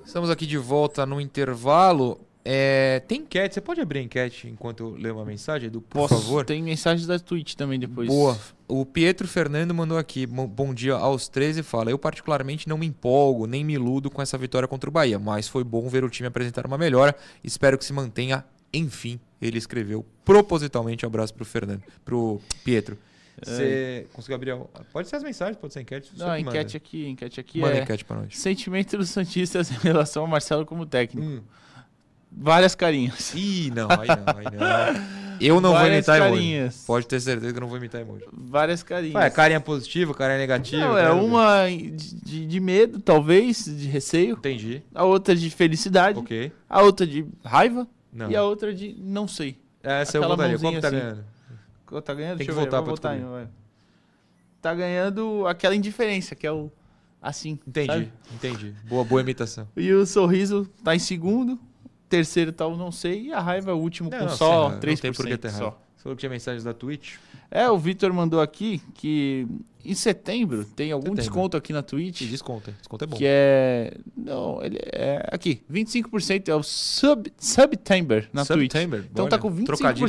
Estamos aqui de volta no intervalo. Tem enquete, você pode abrir a enquete enquanto eu leio uma mensagem, Edu, por favor? Tem mensagens da Twitch também depois. Boa. O Pietro Fernando mandou aqui, bom dia aos 13, e fala: eu particularmente não me empolgo, nem me iludo com essa vitória contra o Bahia, mas foi bom ver o time apresentar uma melhora, espero que se mantenha, enfim, ele escreveu propositalmente. Um abraço pro Pietro. Você conseguiu abrir? Pode ser as mensagens, pode ser a enquete. Não, a enquete aqui manda é enquete pra nós. sentimento dos santistas em relação ao Marcelo como técnico. Várias carinhas. Ih, não, aí não. Eu não vou imitar emoji. Pode ter certeza que eu não vou imitar emoji. Várias carinhas. Carinha positiva, carinha negativa. Não, é uma de medo, talvez, de receio. Entendi. A outra de felicidade. Ok. A outra de raiva. Não. E a outra de não sei. Essa eu votaria. Qual que tá ganhando? Tá ganhando? Tem que Deixa eu voltar ver, pra descobrir. vai. Tá ganhando aquela indiferença, que é o assim. Entendi. Boa imitação. E o sorriso tá em segundo. Terceiro tá o não sei. E a raiva é o último com só 3%. Não tem por que ter raiva. Você falou que tinha mensagens da Twitch? O Vitor mandou aqui que em setembro tem algum desconto aqui na Twitch. Desconto é bom. Que é... Não, ele é... Aqui, 25% é o September na Twitch. Então tá com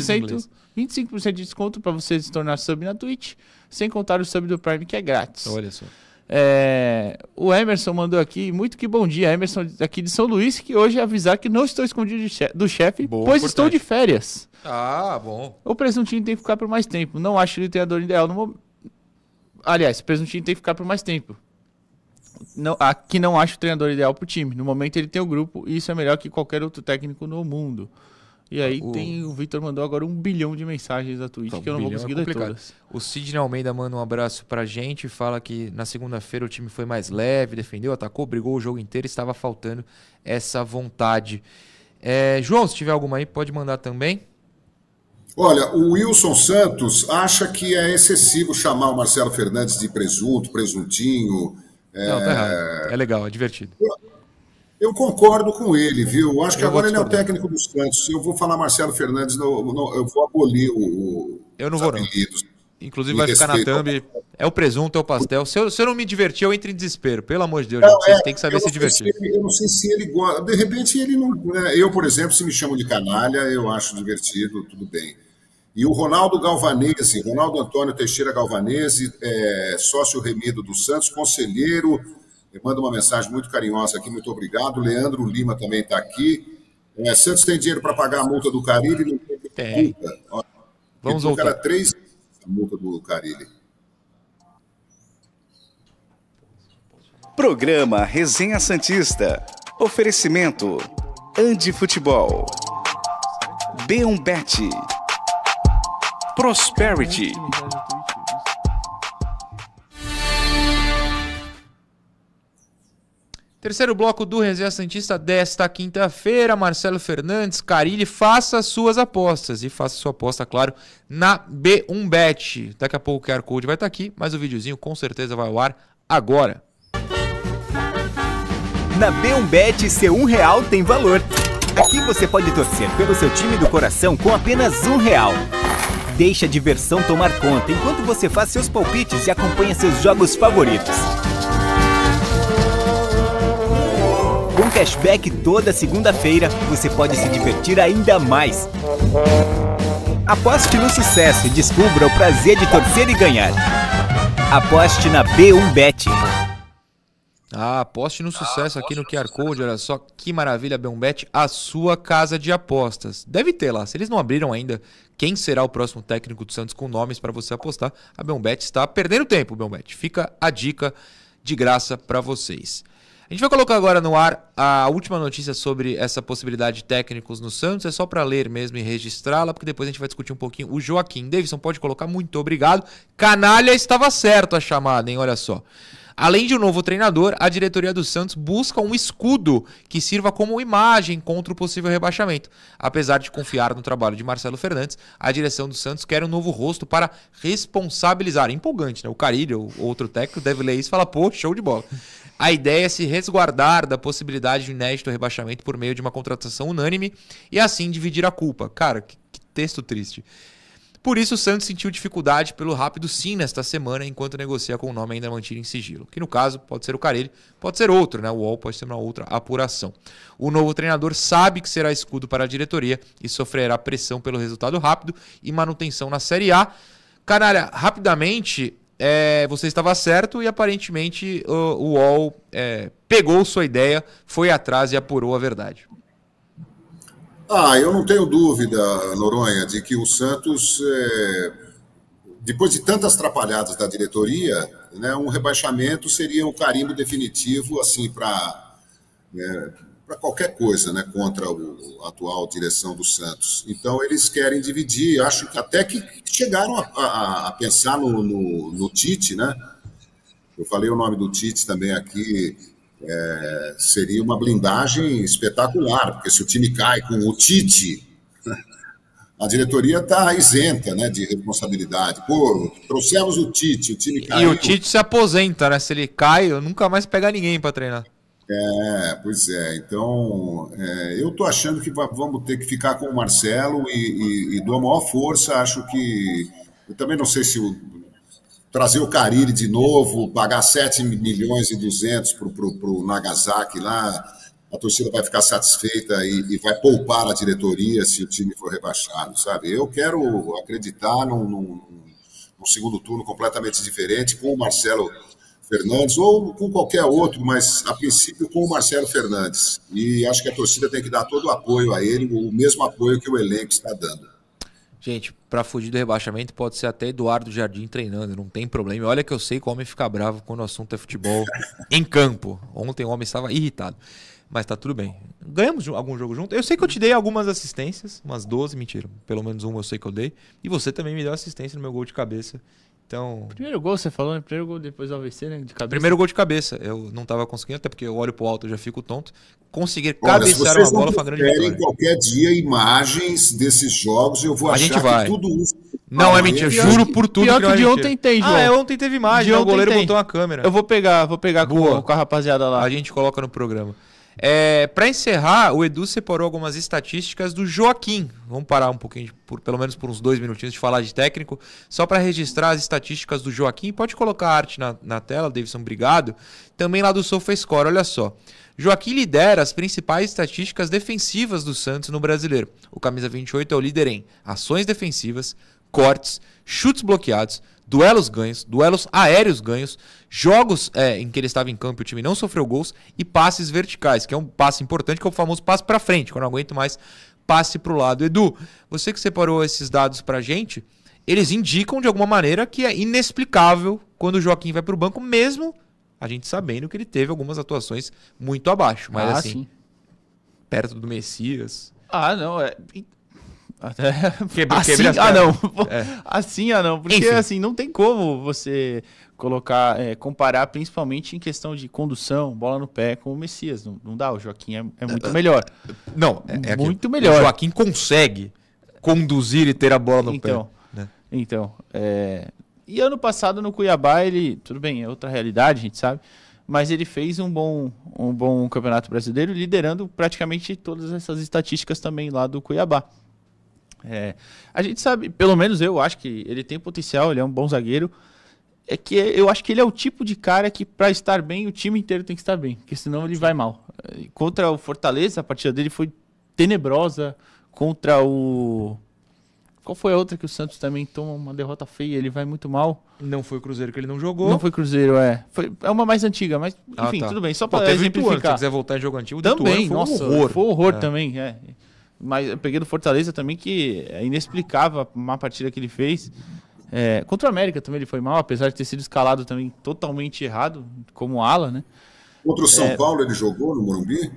25% de desconto para você se tornar sub na Twitch, sem contar o sub do Prime, que é grátis. Olha só. O Emerson mandou aqui, muito que bom dia, Emerson aqui de São Luís, que hoje avisar que não estou escondido do chefe, pois importante. Estou de férias. Ah, bom. O presuntinho tem que ficar por mais tempo. Não acho ele o treinador ideal no momento. Aliás, o presuntinho tem que ficar por mais tempo. Aqui não acho o treinador ideal pro time. No momento ele tem o grupo e isso é melhor que qualquer outro técnico no mundo. E aí o Vitor mandou agora 1 bilhão de mensagens da Twitch, que eu não vou conseguir ler todas. O Sidney Almeida manda um abraço pra gente, fala que na segunda-feira o time foi mais leve, defendeu, atacou, brigou o jogo inteiro, estava faltando essa vontade. João, se tiver alguma aí, pode mandar também. Olha, o Wilson Santos acha que é excessivo chamar o Marcelo Fernandes de presuntinho. Não, tá errado. É legal, é divertido. Eu concordo com ele, viu? Acho que agora ele é o técnico do Santos. Se eu vou falar Marcelo Fernandes, eu vou abolir eu não vou, apelidos. Não. Inclusive vai ficar na thumb. É o presunto, é o pastel. Se eu não me divertir, eu entro em desespero. Pelo amor de Deus, vocês têm que saber se divertir. Eu não sei se ele gosta. De repente ele não... Eu, por exemplo, se me chamam de canalha, eu acho divertido, tudo bem. E o Ronaldo Galvanese, Ronaldo Antônio Teixeira Galvanese, sócio remido do Santos, conselheiro... Manda uma mensagem muito carinhosa aqui, muito obrigado. Leandro Lima também está aqui. Santos tem dinheiro para pagar a multa do Carille? Não tem multa. Vamos voltar. Cara, 3 a multa do Carille. Programa Resenha Santista. Oferecimento Andi Futebol, B1Bet, Prosperity. Terceiro bloco do Resenha Santista desta quinta-feira. Marcelo Fernandes, Carille, faça suas apostas. E faça sua aposta, claro, na B1Bet. Daqui a pouco o QR Code vai estar aqui, mas o videozinho com certeza vai ao ar agora. Na B1Bet, seu R$1 tem valor. Aqui você pode torcer pelo seu time do coração com apenas R$1. Deixe a diversão tomar conta enquanto você faz seus palpites e acompanha seus jogos favoritos. Com cashback toda segunda-feira, você pode se divertir ainda mais. Aposte no sucesso e descubra o prazer de torcer e ganhar. Aposte na B1Bet. Aposte no sucesso aqui no QR Code. Olha só que maravilha, B1Bet, a sua casa de apostas. Deve ter lá. Se eles não abriram ainda quem será o próximo técnico do Santos com nomes para você apostar, a B1Bet está perdendo tempo, B1Bet. Fica a dica de graça para vocês. A gente vai colocar agora no ar a última notícia sobre essa possibilidade de técnicos no Santos. É só para ler mesmo e registrá-la, porque depois a gente vai discutir um pouquinho. O Joaquim Davidson pode colocar, muito obrigado. Canalha, estava certo a chamada, hein? Olha só. Além de um novo treinador, a diretoria do Santos busca um escudo que sirva como imagem contra o possível rebaixamento. Apesar de confiar no trabalho de Marcelo Fernandes, a direção do Santos quer um novo rosto para responsabilizar. Empolgante, né? O Carille, o outro técnico, deve ler isso e falar, pô, show de bola. A ideia é se resguardar da possibilidade de inédito rebaixamento por meio de uma contratação unânime e assim dividir a culpa. Cara, que texto triste. Por isso, o Santos sentiu dificuldade pelo rápido sim nesta semana, enquanto negocia com o nome ainda mantido em sigilo. Que no caso, pode ser o Carille, pode ser outro, né? O UOL pode ser uma outra apuração. O novo treinador sabe que será escudo para a diretoria e sofrerá pressão pelo resultado rápido e manutenção na Série A. Canalha, rapidamente, você estava certo e aparentemente o UOL pegou sua ideia, foi atrás e apurou a verdade. Eu não tenho dúvida, Noronha, de que o Santos, depois de tantas atrapalhadas da diretoria, né, um rebaixamento seria o carimbo definitivo assim, para qualquer coisa, né, contra a atual direção do Santos. Então, eles querem dividir. Acho que até que chegaram a pensar no Tite, né? Eu falei o nome do Tite também aqui. Seria uma blindagem espetacular, porque se o time cai com o Tite, a diretoria está isenta, né, de responsabilidade. Pô, trouxemos o time caiu. E o Tite se aposenta, né? Se ele cai, eu nunca mais pegar ninguém para treinar. Pois é. Então, eu estou achando que vamos ter que ficar com o Marcelo e dou a maior força. Acho que... Eu também não sei se trazer o Carille de novo, pagar 7 milhões e 200 para o Nagasaki lá, a torcida vai ficar satisfeita e vai poupar a diretoria se o time for rebaixado, sabe? Eu quero acreditar num segundo turno completamente diferente, com o Marcelo Fernandes ou com qualquer outro, mas a princípio com o Marcelo Fernandes. E acho que a torcida tem que dar todo o apoio a ele, o mesmo apoio que o elenco está dando. Gente, pra fugir do rebaixamento pode ser até Eduardo Jardim treinando, não tem problema. Olha que eu sei que o homem fica bravo quando o assunto é futebol em campo. Ontem o homem estava irritado, mas tá tudo bem. Ganhamos algum jogo junto? Eu sei que eu te dei algumas assistências, umas 12, mentira. Pelo menos uma eu sei que eu dei. E você também me deu assistência no meu gol de cabeça. Então... Primeiro gol, você falou, né? Primeiro gol depois do AVC, né? De cabeça. Primeiro gol de cabeça. Eu não tava conseguindo, até porque eu olho pro alto e já fico tonto. Conseguir cabecear uma bola foi uma grande vitória. Qualquer dia imagens desses jogos, eu vou achar que tudo isso... Não, é mentira. Juro por tudo pior que de ontem tem, João. Ontem teve imagem. O goleiro botou a câmera. Eu vou pegar com a rapaziada lá. A gente coloca no programa. Para encerrar, o Edu separou algumas estatísticas do Joaquim. Vamos parar um pouquinho, pelo menos por uns 2 minutinhos de falar de técnico, só para registrar as estatísticas do Joaquim. Pode colocar a arte na tela, Davidson, obrigado. Também lá do SofaScore, olha só. Joaquim lidera as principais estatísticas defensivas do Santos no Brasileiro. O camisa 28 é o líder em ações defensivas, cortes, chutes bloqueados, duelos ganhos, duelos aéreos ganhos, jogos em que ele estava em campo e o time não sofreu gols e passes verticais, que é um passe importante, que é o famoso passe para frente, quando não aguento mais, passe para o lado. Edu, você que separou esses dados para a gente, eles indicam de alguma maneira que é inexplicável quando o Joaquim vai para o banco, mesmo a gente sabendo que ele teve algumas atuações muito abaixo, mas assim, sim, perto do Messias. Não, porque enfim, assim, não tem como você comparar principalmente em questão de condução, bola no pé com o Messias, não dá, o Joaquim é muito melhor. Não, muito melhor. O Joaquim consegue conduzir e ter a bola no pé. Né? Então, e ano passado no Cuiabá, ele, tudo bem, é outra realidade, a gente sabe, mas ele fez um bom campeonato brasileiro, liderando praticamente todas essas estatísticas também lá do Cuiabá. A gente sabe, pelo menos eu acho que ele tem potencial, ele é um bom zagueiro. Eu acho que ele é o tipo de cara que, para estar bem, o time inteiro tem que estar bem, porque senão ele vai mal. Contra o Fortaleza, a partida dele foi tenebrosa. Contra o... Qual foi a outra que o Santos também toma uma derrota feia? Ele vai muito mal. Não foi o Cruzeiro que ele não jogou. Não foi Cruzeiro, é uma mais antiga, mas enfim, tudo bem. Só para exemplificar. Se quiser voltar em jogo antigo, também, foi um horror. Foi um horror também, Mas eu peguei do Fortaleza também, que é inexplicável uma partida que ele fez. Contra o América também ele foi mal, apesar de ter sido escalado também totalmente errado, como ala, né? Contra o São Paulo ele jogou no Morumbi?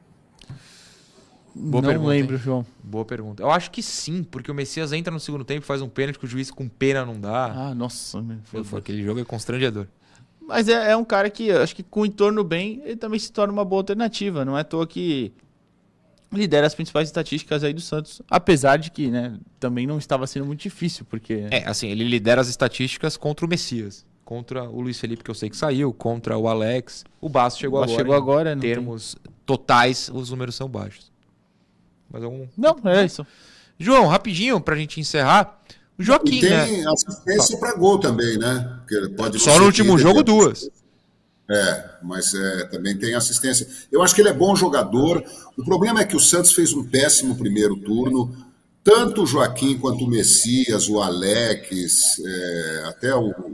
Boa não pergunta, lembro, João. Boa pergunta. Eu acho que sim, porque o Messias entra no segundo tempo e faz um pênalti que o juiz com pena não dá. Nossa. Foi aquele jogo constrangedor. Mas é um cara que, acho que com o entorno bem, ele também se torna uma boa alternativa. Não é à toa que lidera as principais estatísticas aí do Santos. Apesar de que, né, também não estava sendo muito difícil, porque... assim, ele lidera as estatísticas contra o Messias. Contra o Luiz Felipe, que eu sei que saiu, contra o Alex. O Basso chegou agora. Em termos totais, os números são baixos. Mas Não, é isso. João, rapidinho, pra gente encerrar. O Joaquim, e tem né? assistência para gol também, né? Pode Só no último jogo, 2. Mas também tem assistência. Eu acho que ele é bom jogador. O problema é que o Santos fez um péssimo primeiro turno. Tanto o Joaquim quanto o Messias, o Alex, até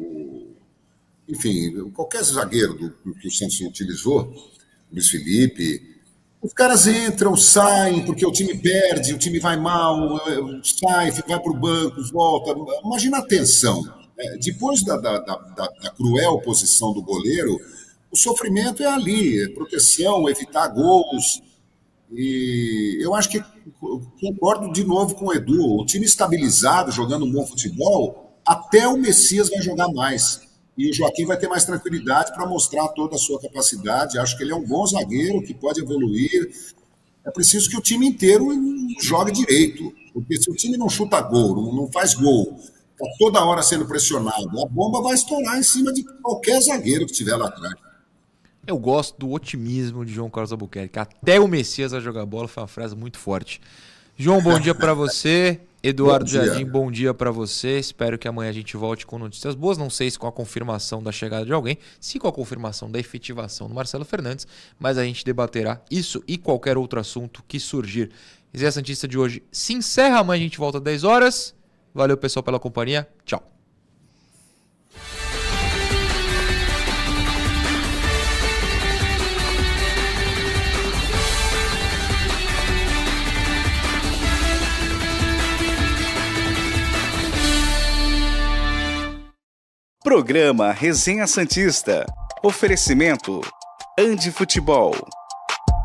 enfim, qualquer zagueiro que o Santos utilizou, o Luiz Felipe, os caras entram, saem, porque o time perde, o time vai mal, sai, vai para o banco, volta. Imagina a tensão. Depois da cruel posição do goleiro, o sofrimento é ali, proteção, evitar gols. E eu acho que concordo de novo com o Edu. O time estabilizado, jogando um bom futebol, até o Messias vai jogar mais. E o Joaquim vai ter mais tranquilidade para mostrar toda a sua capacidade. Acho que ele é um bom zagueiro que pode evoluir. É preciso que o time inteiro jogue direito. Porque se o time não chuta gol, não faz gol, está toda hora sendo pressionado, a bomba vai estourar em cima de qualquer zagueiro que estiver lá atrás. Eu gosto do otimismo de João Carlos Albuquerque. Até o Messias vai jogar bola, foi uma frase muito forte. João, bom dia para você. Eduardo Jardim, bom dia para você. Espero que amanhã a gente volte com notícias boas. Não sei se com a confirmação da chegada de alguém, se com a confirmação da efetivação do Marcelo Fernandes, mas a gente debaterá isso e qualquer outro assunto que surgir. Resenha Santista de hoje se encerra. Amanhã a gente volta às 10 horas. Valeu, pessoal, pela companhia. Tchau. Programa Resenha Santista. Oferecimento Andi Futebol.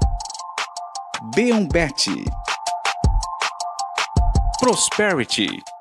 B1Bet. Prosperity.